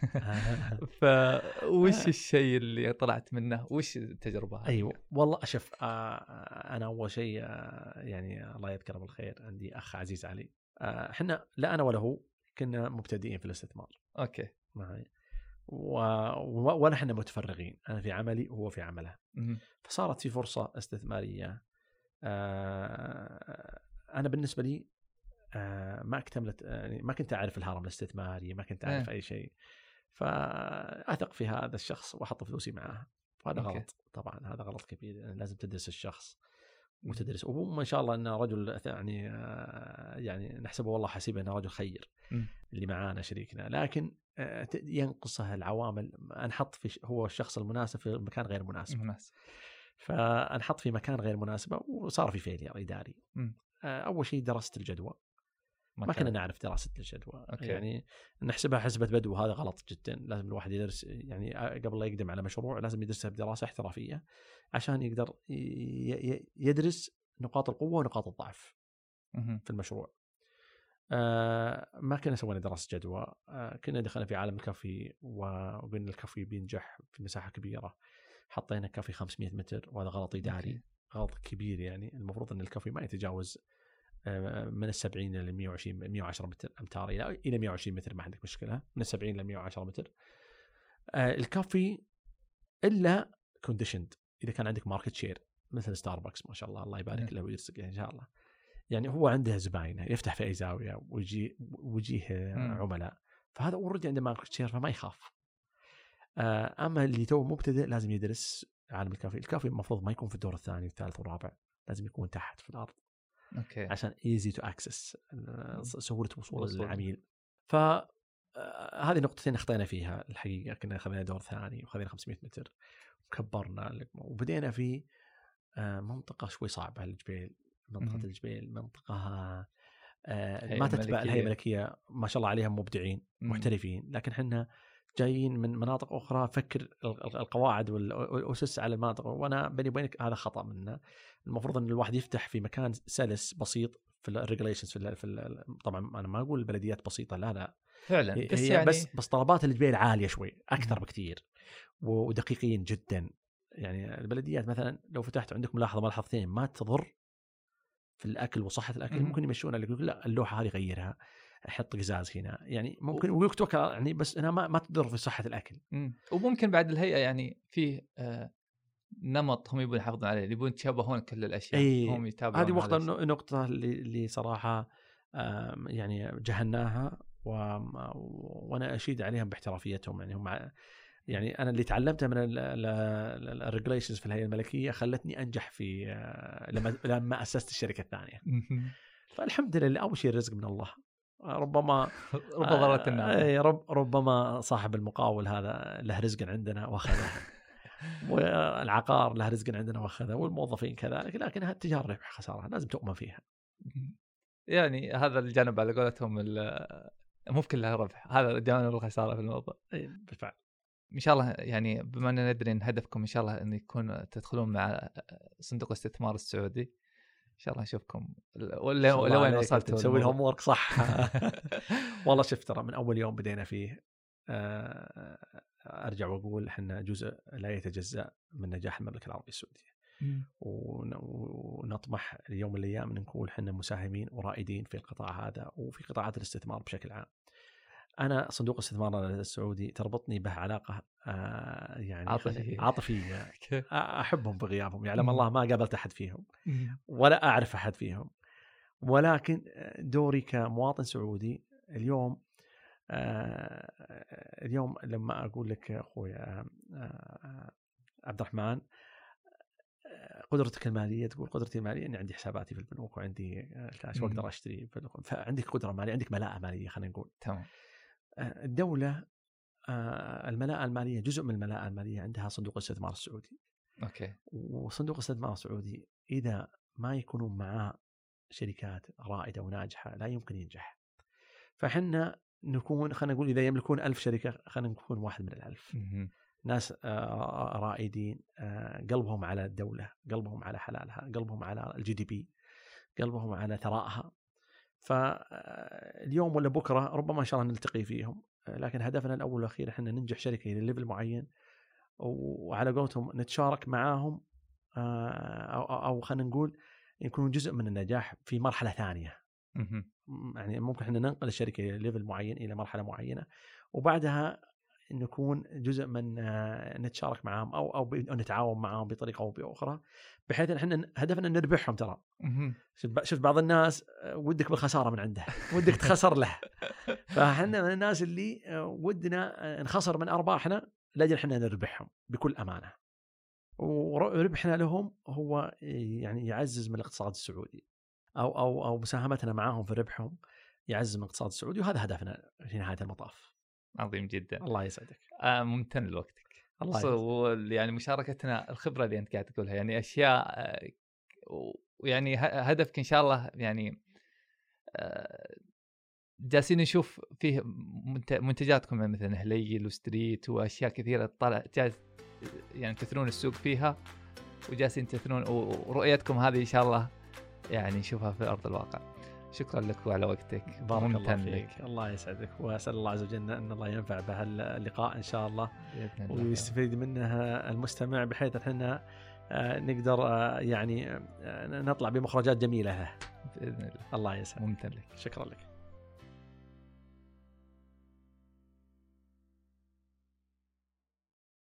فوش الشيء اللي طلعت منه؟ وش التجربه هذه؟ ايوه والله شوف آه انا اول شيء آه يعني الله يذكره بالخير عندي اخ عزيز علي. احنا آه لا انا ولا هو كنا مبتدئين في الاستثمار. اوكي معي و... ونحن متفرغين، انا في عملي وهو في عمله. م- فصارت في فرصه استثماريه. آه انا بالنسبه لي آه ما اكتملت يعني ما كنت اعرف الهرم الاستثماري، ما كنت اعرف اي شيء، فاثق في هذا الشخص واحط فلوسي معه. وهذا أوكي. غلط طبعا، هذا غلط كبير. يعني لازم تدرس الشخص وتدرس، وهو ما شاء الله انه رجل يعني يعني نحسبه والله حسيبه انه رجل خير م. اللي معانا شريكنا، لكن ينقصه العوامل. انحط في هو الشخص المناسب في مكان غير مناسب مناسب فانحط في مكان غير مناسب وصار في فيلير اداري. م. اول شيء درست الجدوى، ما كنا نعرف دراسة الجدوى. أوكي. يعني نحسبها حسبة بدو، هذا غلط جدا. لازم الواحد يدرس يعني قبل لا يقدم على مشروع لازم يدرسها بدراسة احترافية عشان يقدر يدرس نقاط القوة ونقاط الضعف في المشروع. آه ما كنا سوينا دراسة جدوى. آه كنا دخلنا في عالم الكافي وقلنا الكافي بينجح في مساحة كبيرة، حطينا كافي خمسمائة متر وهذا غلط إداري. أوكي. غلط كبير. يعني المفروض أن الكافي ما يتجاوز من السبعين إلى مئة وعشرين مئة وعشرة متر أمتار إلى إلى مئة وعشرين متر، ما عندك مشكلة. من السبعين إلى مئة وعشرة متر آه الكافي إلا كونديشند إذا كان عندك ماركت شير مثل ستاربكس ما شاء الله، الله يبارك له ويرزقه إن شاء الله. يعني هو عنده زباينه يفتح في أي زاوية ويجي ويجيه عملاء، فهذا أوريدي عنده ماركت شير فما يخاف. آه أما اللي تو مبتدئ لازم يدرس عالم الكافي. الكافي المفروض ما يكون في الدور الثاني والثالث والرابع، لازم يكون تحت في الأرض. اوكي عشان ايزي تو اكسس، سهوله وصول وصول. للعميل. ف آه، هذه نقطتين اخطينا فيها الحقيقه. كنا اخذنا دور ثاني وخذينا خمسمية متر وكبرنا وبدينا في آه، منطقه شوي صعبه، الجبيل. منطقه مم. الجبيل منطقه آه، هيئة ما تتبع ملكية. الهيئه الملكيه، ما شاء الله عليهم مبدعين مم. محترفين، لكن احنا جايين من مناطق اخرى فكر القواعد والاسس على المناطق، وانا بيني وبينك هذا خطا منا. المفروض ان الواحد يفتح في مكان سلس بسيط في الريجوليشنز، في, في طبعا انا ما اقول البلديات بسيطه، لا لا فعلا، بس هي يعني بس بس طلبات الجبيل عاليه شوي اكثر مم. بكثير ودقيقين جدا. يعني البلديات مثلا لو فتحت عندك ملاحظه ملاحظتين ما تضر في الاكل وصحه الاكل، مم. ممكن يمشون لك لا اللوحه هذه غيرها، حط قزاز هنا، يعني ممكن ويقولك توكل يعني، بس انها ما, ما تضر في صحه الاكل. مم. وممكن بعد الهيئه يعني فيه آه نمط هم يبون يحافظون عليه، يبون يتشابهون كل الاشياء. أي هم يتابعون هذه وقت هذا النقطه اللي, اللي صراحه يعني جهناها، و... وانا اشيد عليهم باحترافيتهم. يعني هم يعني انا اللي تعلمته من الريجوليشنز في الهيئه الملكيه خلتني انجح في لما لما اسست الشركه الثانيه. فالحمد لله اول شيء الرزق من الله. ربما رب ضرة الناقة. رب ربما صاحب المقاول هذا له رزق عندنا واخذه، والعقار له رزق عندنا واخذه، والموظفين كذلك، لكن التجاره ربح خساره لازم تؤمن فيها. يعني هذا الجانب على قولتهم مو في كلها ربح، هذا جانب الخساره في الموضوع. بالفعل. ان شاء الله يعني بما ان ندري ان هدفكم ان شاء الله ان يكون تدخلون مع صندوق الاستثمار السعودي، ان شاء الله نشوفكم ولا وين وصلتوا تسوي لهم ورك صح. والله شفت ترى من اول يوم بدينا فيه ارجع واقول احنا جزء لا يتجزأ من نجاح المملكه العربيه السعوديه، ونطمح اليوم من الايام ان نكون احنا مساهمين ورائدين في القطاع هذا وفي قطاعات الاستثمار بشكل عام. أنا صندوق الاستثمار السعودي تربطني به علاقة آه يعني عاطفية عاطفية أحبهم بغيابهم، يعلم الله ما قابلت أحد فيهم ولا أعرف أحد فيهم، ولكن دوري كمواطن سعودي اليوم آه اليوم لما أقول لك أخوي آه عبد الرحمن قدرتك المالية، تقول قدرتي المالية أني عندي حساباتي في البنوك وعندي كاش وأقدر أشتري، فعندك قدرة مالية، عندك ملاءة مالية خلينا نقول. تمام. الدولة الملاءة المالية جزء من الملاءة المالية عندها صندوق الاستثمار السعودي. أوكي. وصندوق الاستثمار السعودي إذا ما يكونون معاه شركات رائدة وناجحة لا يمكن ينجح. فحنا نكون خلينا نقول إذا يملكون ألف شركة خلينا نكون واحد من الألف. ناس رائدين قلبهم على الدولة، قلبهم على حلالها، قلبهم على الجي دي بي، قلبهم على ثرائها. فاليوم ولا بكرة ربما إن شاء الله نلتقي فيهم، لكن هدفنا الأول والأخير إحنا ننجح شركة إلى ليفل معين، وعلى قولتهم نتشارك معاهم أو خلينا نقول يكونوا جزء من النجاح في مرحلة ثانية. يعني ممكن إحنا ننقل الشركة إلى ليفل معين إلى مرحلة معينة، وبعدها نكون جزء من نتشارك معهم أو أو نتعاون معهم بطريقة أو بأخرى، بحيث إن إحنا هدفنا نربحهم. ترى شفت بعض الناس ودك بالخسارة من عنده، ودك تخسر له، فإحنا من الناس اللي ودنا نخسر من أرباحنا لأجل إحنا نربحهم بكل أمانة، وربحنا لهم هو يعني يعزز من الاقتصاد السعودي، أو أو أو مساهمتنا معهم في ربحهم يعزز من الاقتصاد السعودي، وهذا هدفنا في نهاية المطاف. عظيم جدا. الله يسعدك. آه ممتن لوقتك. الله يعني مشاركتنا الخبرة اللي أنت قاعد تقولها، يعني أشياء آه ويعني هدفك إن شاء الله يعني آه جالسين نشوف فيه منتجاتكم مثل هليل وستريت وأشياء كثيرة طلع جالس يعني تثرون السوق فيها، وجالسين تثرون، ورؤيتكم هذه إن شاء الله يعني نشوفها في أرض الواقع. شكرا لك وعلى وقتك. بارك الله فيك. الله يسعدك، وأسأل الله عز وجل أن الله ينفع بهاللقاء إن شاء الله ويستفيد منها المستمع، بحيث أننا نقدر يعني نطلع بمخرجات جميلة له بإذن الله. الله يسعدك. ممتن لك. شكرا لك.